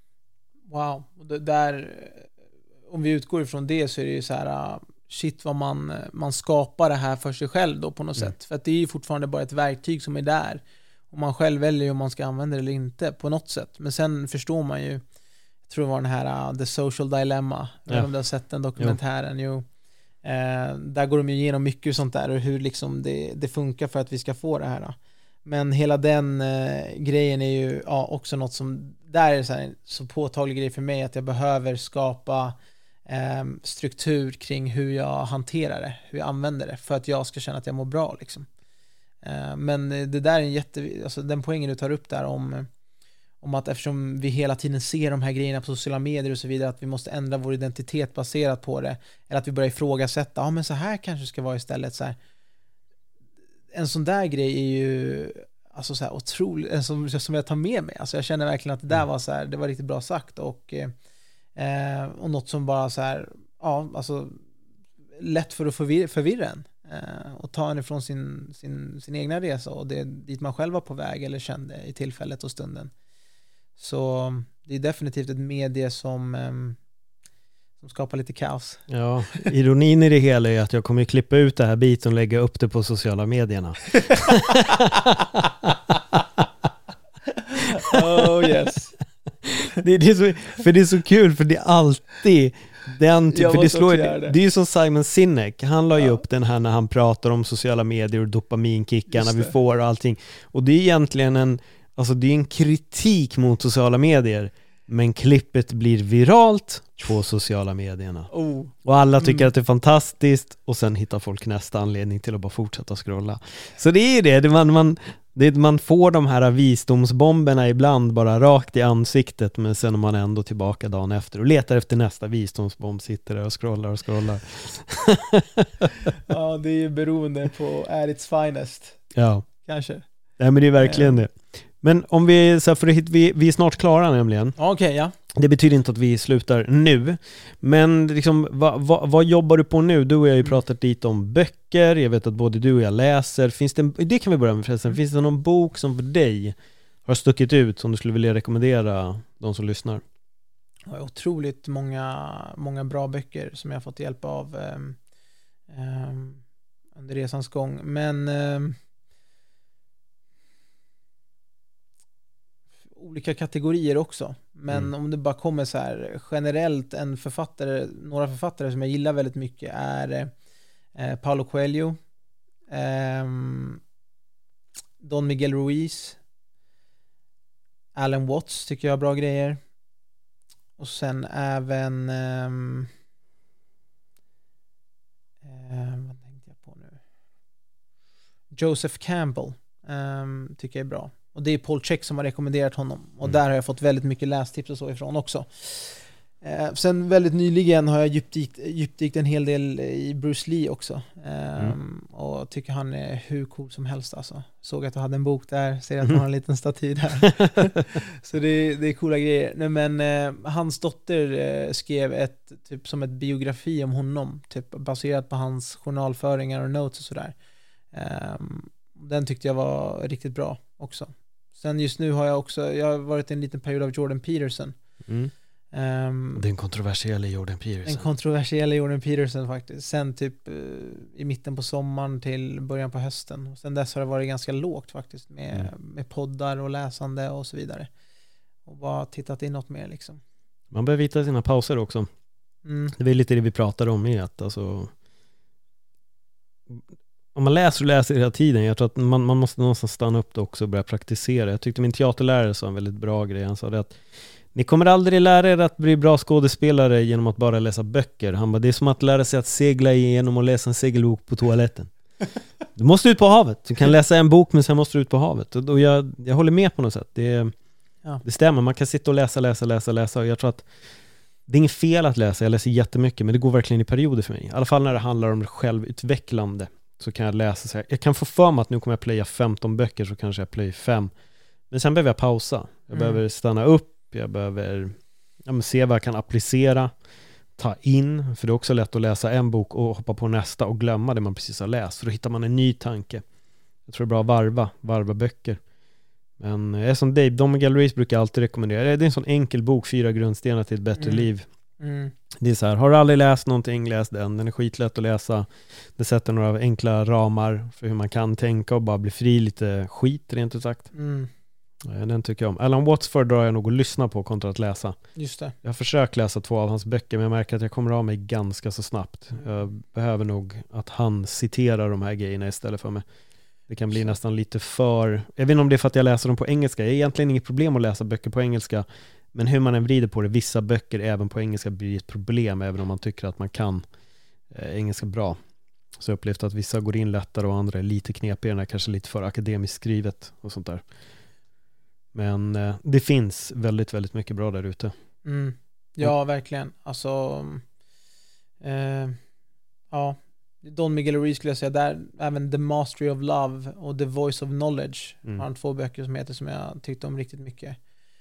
Wow, och det där, om vi utgår ifrån det så är det ju så här, shit vad man, man skapar det här för sig själv då på något mm. sätt. För att det är ju fortfarande bara ett verktyg som är där och man själv väljer om man ska använda det eller inte på något sätt. Men sen förstår man ju, jag tror det var den här uh, The Social Dilemma, ja. Om du har sett den dokumentären. Jo. Jo. Eh, där går de ju igenom mycket sånt där och hur liksom det, det funkar för att vi ska få det här. Då. Men hela den eh, grejen är ju ja, också något som, där är det så, här, så påtaglig grej för mig att jag behöver skapa eh, struktur kring hur jag hanterar det, hur jag använder det för att jag ska känna att jag mår bra liksom. Eh, men det där är en jätte, alltså den poängen du tar upp där om om att eftersom vi hela tiden ser de här grejerna på sociala medier och så vidare, att vi måste ändra vår identitet baserat på det, eller att vi börjar ifrågasätta, ja men så här kanske ska vara istället så här. En sån där grej är ju alltså så här otroligt, en som, som jag tar med mig, alltså jag känner verkligen att det där var så här, det var riktigt bra sagt och eh, och något som bara så här, ja alltså lätt för att förvirra, förvirra en eh, och ta en ifrån sin, sin, sin egna resa och det dit man själv var på väg eller kände i tillfället och stunden. Så det är definitivt ett medie som, um, som skapar lite kaos. Ja, ironin i det hela är att jag kommer klippa ut det här biten och lägga upp det på sociala medierna. Oh yes. Det, det är så, för det är så kul, för det är alltid den typ, för det, slår, det. det är ju som Simon Sinek, han la ju ja. upp den här när han pratar om sociala medier och dopaminkickarna vi får och allting. Och det är egentligen en Alltså det är en kritik mot sociala medier, men klippet blir viralt på sociala medierna. Oh. Och alla tycker mm. att det är fantastiskt och sen hittar folk nästa anledning till att bara fortsätta scrolla. Så det är det, det man, man, det man får de här visdomsbomberna ibland bara rakt i ansiktet, men sen är man ändå tillbaka dagen efter och letar efter nästa visdomsbomb, sitter där och scrollar och scrollar. Ja, det är ju beroende på at its finest. Ja. Kanske. Nej, men det är verkligen det. Men om vi, så för vi, vi är snart klara nämligen. Okej, okay, ja. Det betyder inte att vi slutar nu. Men liksom, vad, vad, vad jobbar du på nu? Du och jag har ju pratat lite om böcker. Jag vet att både du och jag läser. Finns det, det kan vi börja med förresten. Finns det någon bok som för dig har stuckit ut som du skulle vilja rekommendera de som lyssnar? Jag har otroligt många, många bra böcker som jag har fått hjälp av um, um, under resans gång. Men... Um, olika kategorier också. Men mm. om det bara kommer så här generellt en författare, några författare som jag gillar väldigt mycket är eh, Paulo Coelho, eh, Don Miguel Ruiz, Alan Watts tycker jag har bra grejer. Och sen även eh, eh, vad tänkte jag på nu? Joseph Campbell eh, tycker jag är bra. Och det är Paul Check som har rekommenderat honom. Och mm. där har jag fått väldigt mycket lästips och så ifrån också. Eh, sen väldigt nyligen har jag djupdykt, djupdykt en hel del i Bruce Lee också. Eh, mm. Och tycker han är hur cool som helst alltså. Såg att du hade en bok där, ser att du har en liten staty där. Så det, det är coola grejer. Nej, men eh, hans dotter eh, skrev ett typ som ett biografi om honom, typ baserat på hans journalföringar och notes och sådär. Eh, den tyckte jag var riktigt bra också. Sen just nu har jag också, jag har varit i en liten period av Jordan Peterson. Mm. Um, den kontroversiella Jordan Peterson. Den kontroversiella Jordan Peterson faktiskt. Sen typ uh, i mitten på sommaren till början på hösten. Och sen dess har det varit ganska lågt faktiskt med, mm. med poddar och läsande och så vidare. Och bara tittat in något mer liksom. Man behöver hitta sina pauser också. Mm. Det är lite det vi pratade om med att alltså, om man läser och läser hela tiden, jag tror att man, man måste någonstans stanna upp det också och börja praktisera. Jag tyckte min teaterlärare sa en väldigt bra grej. Han sa det att ni kommer aldrig lära er att bli bra skådespelare genom att bara läsa böcker. Han bara, det är som att lära sig att segla genom att läsa en segelbok på toaletten. Du måste ut på havet. Du kan läsa en bok men sen måste du ut på havet. Och jag, jag håller med på något sätt. Det, ja. det stämmer. Man kan sitta och läsa, läsa, läsa, läsa. Och jag tror att det är inget fel att läsa. Jag läser jättemycket men det går verkligen i perioder för mig. I alla fall när det handlar om självutvecklande så kan jag läsa så här. Jag kan få för mig att nu kommer jag playa femton böcker så kanske jag play fem. Men sen behöver jag pausa. Jag mm. behöver stanna upp. Jag behöver ja, men se vad jag kan applicera, ta in, för det är också lätt att läsa en bok och hoppa på nästa och glömma det man precis har läst. Så då hittar man en ny tanke. Jag tror det är bra att varva, varva böcker. Men jag är som Dave, Dom Galleries brukar alltid rekommendera. Det är en sån enkel bok, fyra grundstenar till ett bättre mm. liv. Mm. Det är så här, har du aldrig läst någonting, läs den. Den är skitlätt att läsa. Det sätter några enkla ramar för hur man kan tänka och bara bli fri lite skit, rent ut sagt. Mm. Den tycker jag om. Alan Watts drar jag nog att lyssna på kontra att läsa. Just det. Jag har försökt läsa två av hans böcker men jag märker att jag kommer av mig ganska så snabbt. Jag behöver nog att han citerar de här grejerna istället för mig. Det kan bli så. Nästan lite för... Jag vet inte om det är för att jag läser dem på engelska. Jag har egentligen inget problem att läsa böcker på engelska. Men hur man än vrider på det, vissa böcker även på engelska blir ett problem även om man tycker att man kan eh, engelska bra. Så jag har upplevt att vissa går in lättare och andra är lite knepigare, kanske lite för akademiskt skrivet och sånt där. Men eh, det finns väldigt, väldigt mycket bra där ute. Mm. Ja, mm. verkligen. Alltså, eh, ja, Don Miguel Ruiz skulle jag säga, där även The Mastery of Love och The Voice of Knowledge mm. har två böcker som heter som jag tyckte om riktigt mycket.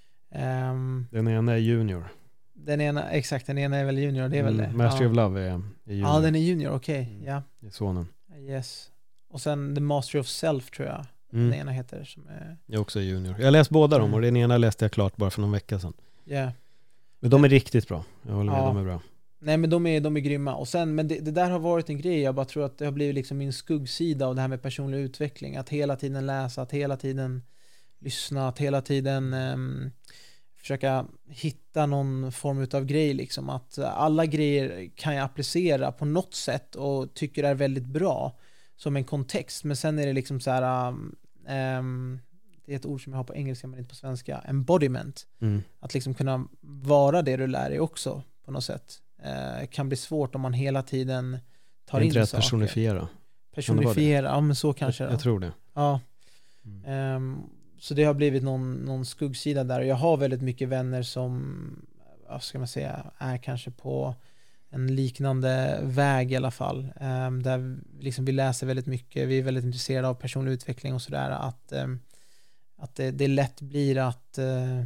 Um, den ena är Junior. Den ena, exakt, den ena är väl Junior, det är mm, väl det. Mastery ja. of Love är, är Junior. Ja, den är Junior, okej. Okay. Mm. Ja. Det är sonen. Yes. Och sen The Mastery of Self tror jag. Mm. Den ena heter som är... Jag är också Junior. Jag läste båda dem mm. och den ena läste jag klart bara för någon vecka sedan. Ja. Yeah. Men de är riktigt bra. Jag håller med, ja. de är bra. Nej, men de är, de är grymma. Och sen, men det, det där har varit en grej. Jag bara tror att det har blivit liksom min skuggsida av det här med personlig utveckling. Att hela tiden läsa, att hela tiden lyssna, att hela tiden um, försöka hitta någon form av grej. Liksom. Att alla grejer kan jag applicera på något sätt och tycker är väldigt bra som en kontext. Men sen är det liksom så här... Um, um, det är ett ord som jag har på engelska men inte på svenska. Embodiment. Mm. Att liksom kunna vara det du lär dig också på något sätt. Eh, kan bli svårt om man hela tiden tar in saker. Personifiera. Personifiera, ja men så kanske. Jag, jag tror det. Ja. Mm. Um, så det har blivit någon, någon skuggsida där. Och jag har väldigt mycket vänner som, vad ska man säga, är kanske på en liknande väg i alla fall. Um, där liksom vi läser väldigt mycket. Vi är väldigt intresserade av personlig utveckling och sådär. Att, um, att det, det lätt blir att uh,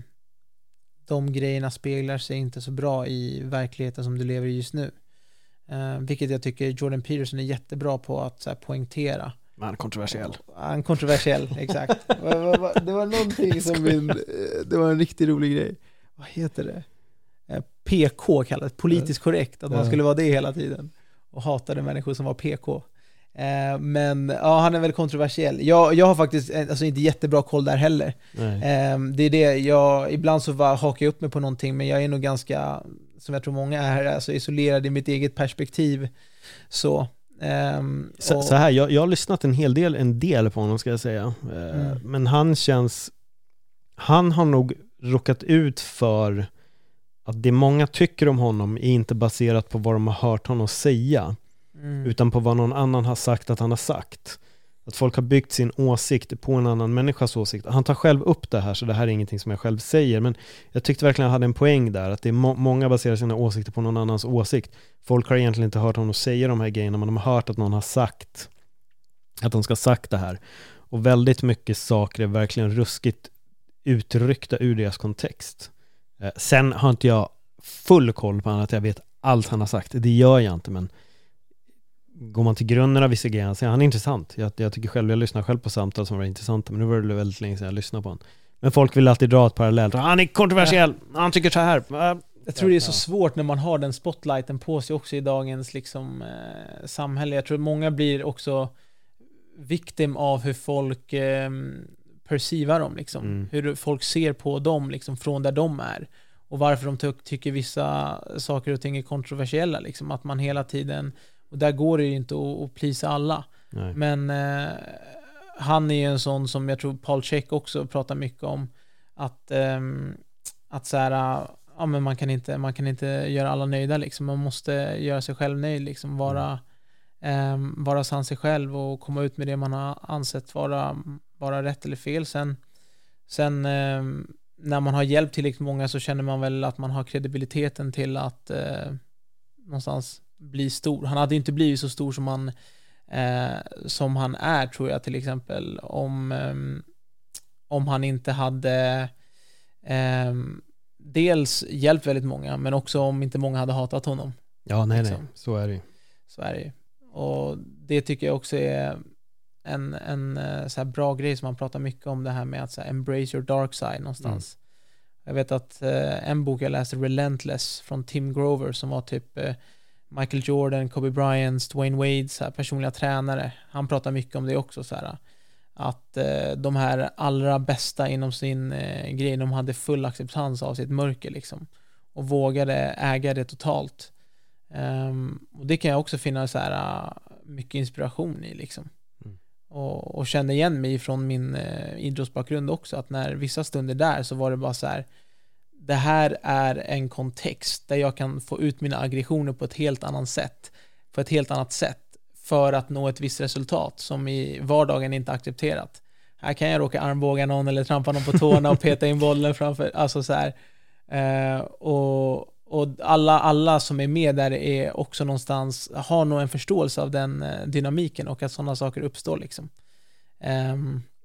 de grejerna speglar sig inte så bra i verkligheten som du lever i just nu. Uh, vilket jag tycker Jordan Peterson är jättebra på att så här, poängtera. Men kontroversiell. Han kontroversiell, exakt. Det var någonting som min, det var en riktigt rolig grej. Vad heter det? P K kallat, politiskt korrekt. Att man skulle vara det hela tiden. Och hatade människor som var P K. Uh, men ja, han är väl kontroversiell. Jag, jag har faktiskt alltså, inte jättebra koll där heller. Uh, det är det, jag, ibland så var, hakar jag upp mig på någonting, men jag är nog ganska, som jag tror många är, alltså, isolerad i mitt eget perspektiv. Så, um, så, och... så här, jag, jag har lyssnat en hel del, en del på honom ska jag säga. Uh, mm. Men han känns, han har nog råkat ut för att det många tycker om honom är inte baserat på vad de har hört honom säga. Mm. Utan på vad någon annan har sagt att han har sagt. Att folk har byggt sin åsikt på en annan människas åsikt. Han tar själv upp det här, så det här är ingenting som jag själv säger. Men jag tyckte verkligen att jag hade en poäng där. Att det är må- många baserar sina åsikter på någon annans åsikt. Folk har egentligen inte hört honom säga de här grejerna, men de har hört att någon har sagt att de ska ha sagt det här. Och väldigt mycket saker är verkligen ruskigt utryckta ur deras kontext. Eh, sen har inte jag full koll på att jag vet allt han har sagt. Det gör jag inte, men går man till grunden av vissa grejer, så är han intressant. Jag, jag tycker själv, jag lyssnar själv på samtal som var intressanta, men nu var det väldigt länge sedan jag lyssnade på honom. Men folk vill alltid dra ett parallellt. Han är kontroversiell, ja. Han tycker så här. Jag tror det är så svårt när man har den spotlighten på sig också i dagens liksom, eh, samhälle. Jag tror många blir också victim av hur folk eh, perceivar dem. Liksom. Mm. Hur folk ser på dem liksom, från där de är. Och varför de ty- tycker vissa saker och ting är kontroversiella. Liksom. Att man hela tiden... Och där går det ju inte att, att plisa alla. Nej. Men eh, han är ju en sån som jag tror Paul Check också pratar mycket om. Att, eh, att så här, ja, men man kan inte man kan inte göra alla nöjda. Liksom. Man måste göra sig själv nöjd. Liksom. Vara, eh, vara sann sig själv och komma ut med det man har ansett vara, vara rätt eller fel. Sen, sen eh, när man har hjälpt tillräckligt många så känner man väl att man har kredibiliteten till att eh, någonstans bli stor. Han hade inte blivit så stor som han eh, som han är, tror jag, till exempel om eh, om han inte hade eh, dels hjälpt väldigt många, men också om inte många hade hatat honom. Ja, nej, liksom. nej. Så är det ju. Så är det ju. Och det tycker jag också är en, en så här bra grej som man pratar mycket om, det här med att så här, embrace your dark side någonstans. Mm. Jag vet att eh, en bok jag läste, Relentless, från Tim Grover, som var typ eh, Michael Jordan, Kobe Bryant, Dwayne Wade, så här, personliga tränare. Han pratar mycket om det också, så här, att eh, de här allra bästa inom sin eh, grej, de hade full acceptans av sitt mörker liksom, och vågade äga det totalt. Um, och det kan jag också finna så här, mycket inspiration i liksom. Mm. och, och kände igen mig från min eh, idrottsbakgrund också, att när vissa stunder där så var det bara så här, det här är en kontext där jag kan få ut mina aggressioner på ett helt annat sätt, på ett helt annat sätt för att nå ett visst resultat som i vardagen inte accepterat. Här kan jag råka armbåga någon eller trampa någon på tårna och peta in bollen framför, alltså så här. Eh, och, och alla, alla som är med där är också någonstans, har nog en förståelse av den eh, dynamiken och att sådana saker uppstår liksom. Eh,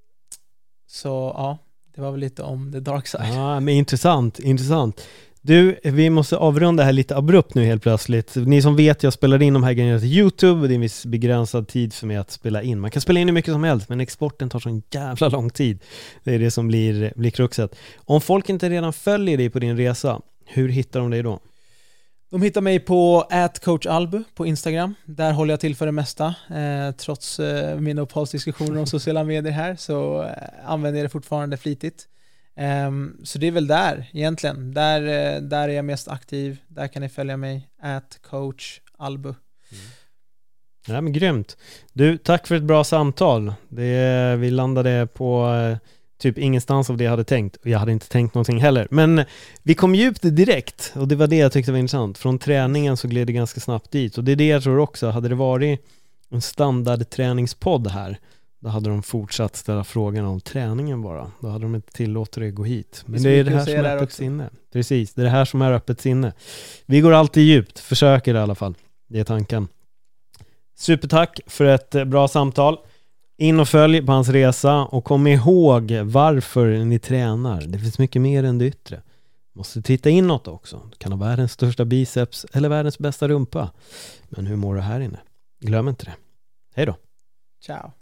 så ja, det var väl lite om the dark side. Ja, men intressant, intressant. Du, vi måste avrunda här lite abrupt nu helt plötsligt. Ni som vet, jag spelar in de här grejerna till YouTube och det är en viss begränsad tid för mig att spela in. Man kan spela in hur mycket som helst, men exporten tar så en jävla lång tid. Det är det som blir, blir kruxet. Om folk inte redan följer dig på din resa, hur hittar de dig då? De hittar mig på at coach albu på Instagram. Där håller jag till för det mesta. Eh, trots eh, mina uppehållsdiskussioner om sociala medier här, så eh, använder jag det fortfarande flitigt. Um, så det är väl där egentligen. Där, uh, där är jag mest aktiv. Där kan ni följa mig. at coach albu. Mm. Ja, men grymt. Du, tack för ett bra samtal. Det, vi landade på uh, typ ingenstans av det jag hade tänkt. Och jag hade inte tänkt någonting heller. Men vi kom djupt direkt. Och det var det jag tyckte var intressant. Från träningen så gled det ganska snabbt dit. Och det är det jag tror också. Hade det varit en standardträningspodd här, då hade de fortsatt ställa frågan om träningen bara. Då hade de inte tillåtit det att gå hit. Men det är det här som är öppet sinne. Precis, det är det här som är öppet sinne. Vi går alltid djupt, försöker i alla fall. Det är tanken. Supertack för ett bra samtal. In och följ på hans resa och kom ihåg varför ni tränar. Det finns mycket mer än det yttre. Måste titta inåt också. Du kan ha världens största biceps eller världens bästa rumpa. Men hur mår du här inne? Glöm inte det. Hej då. Ciao.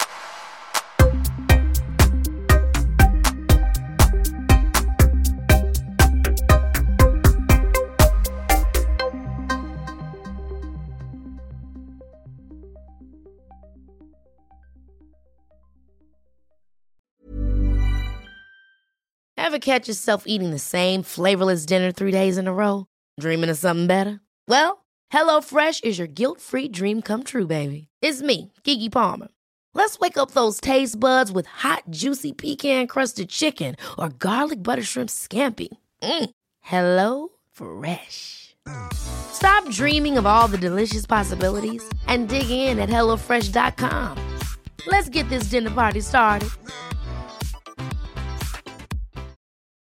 Ever catch yourself eating the same flavorless dinner three days in a row? Dreaming of something better? Well, HelloFresh is your guilt-free dream come true, baby. It's me, Keke Palmer. Let's wake up those taste buds with hot, juicy pecan-crusted chicken or garlic butter shrimp scampi. Mm. Hello Fresh. Stop dreaming of all the delicious possibilities and dig in at hello fresh dot com. Let's get this dinner party started.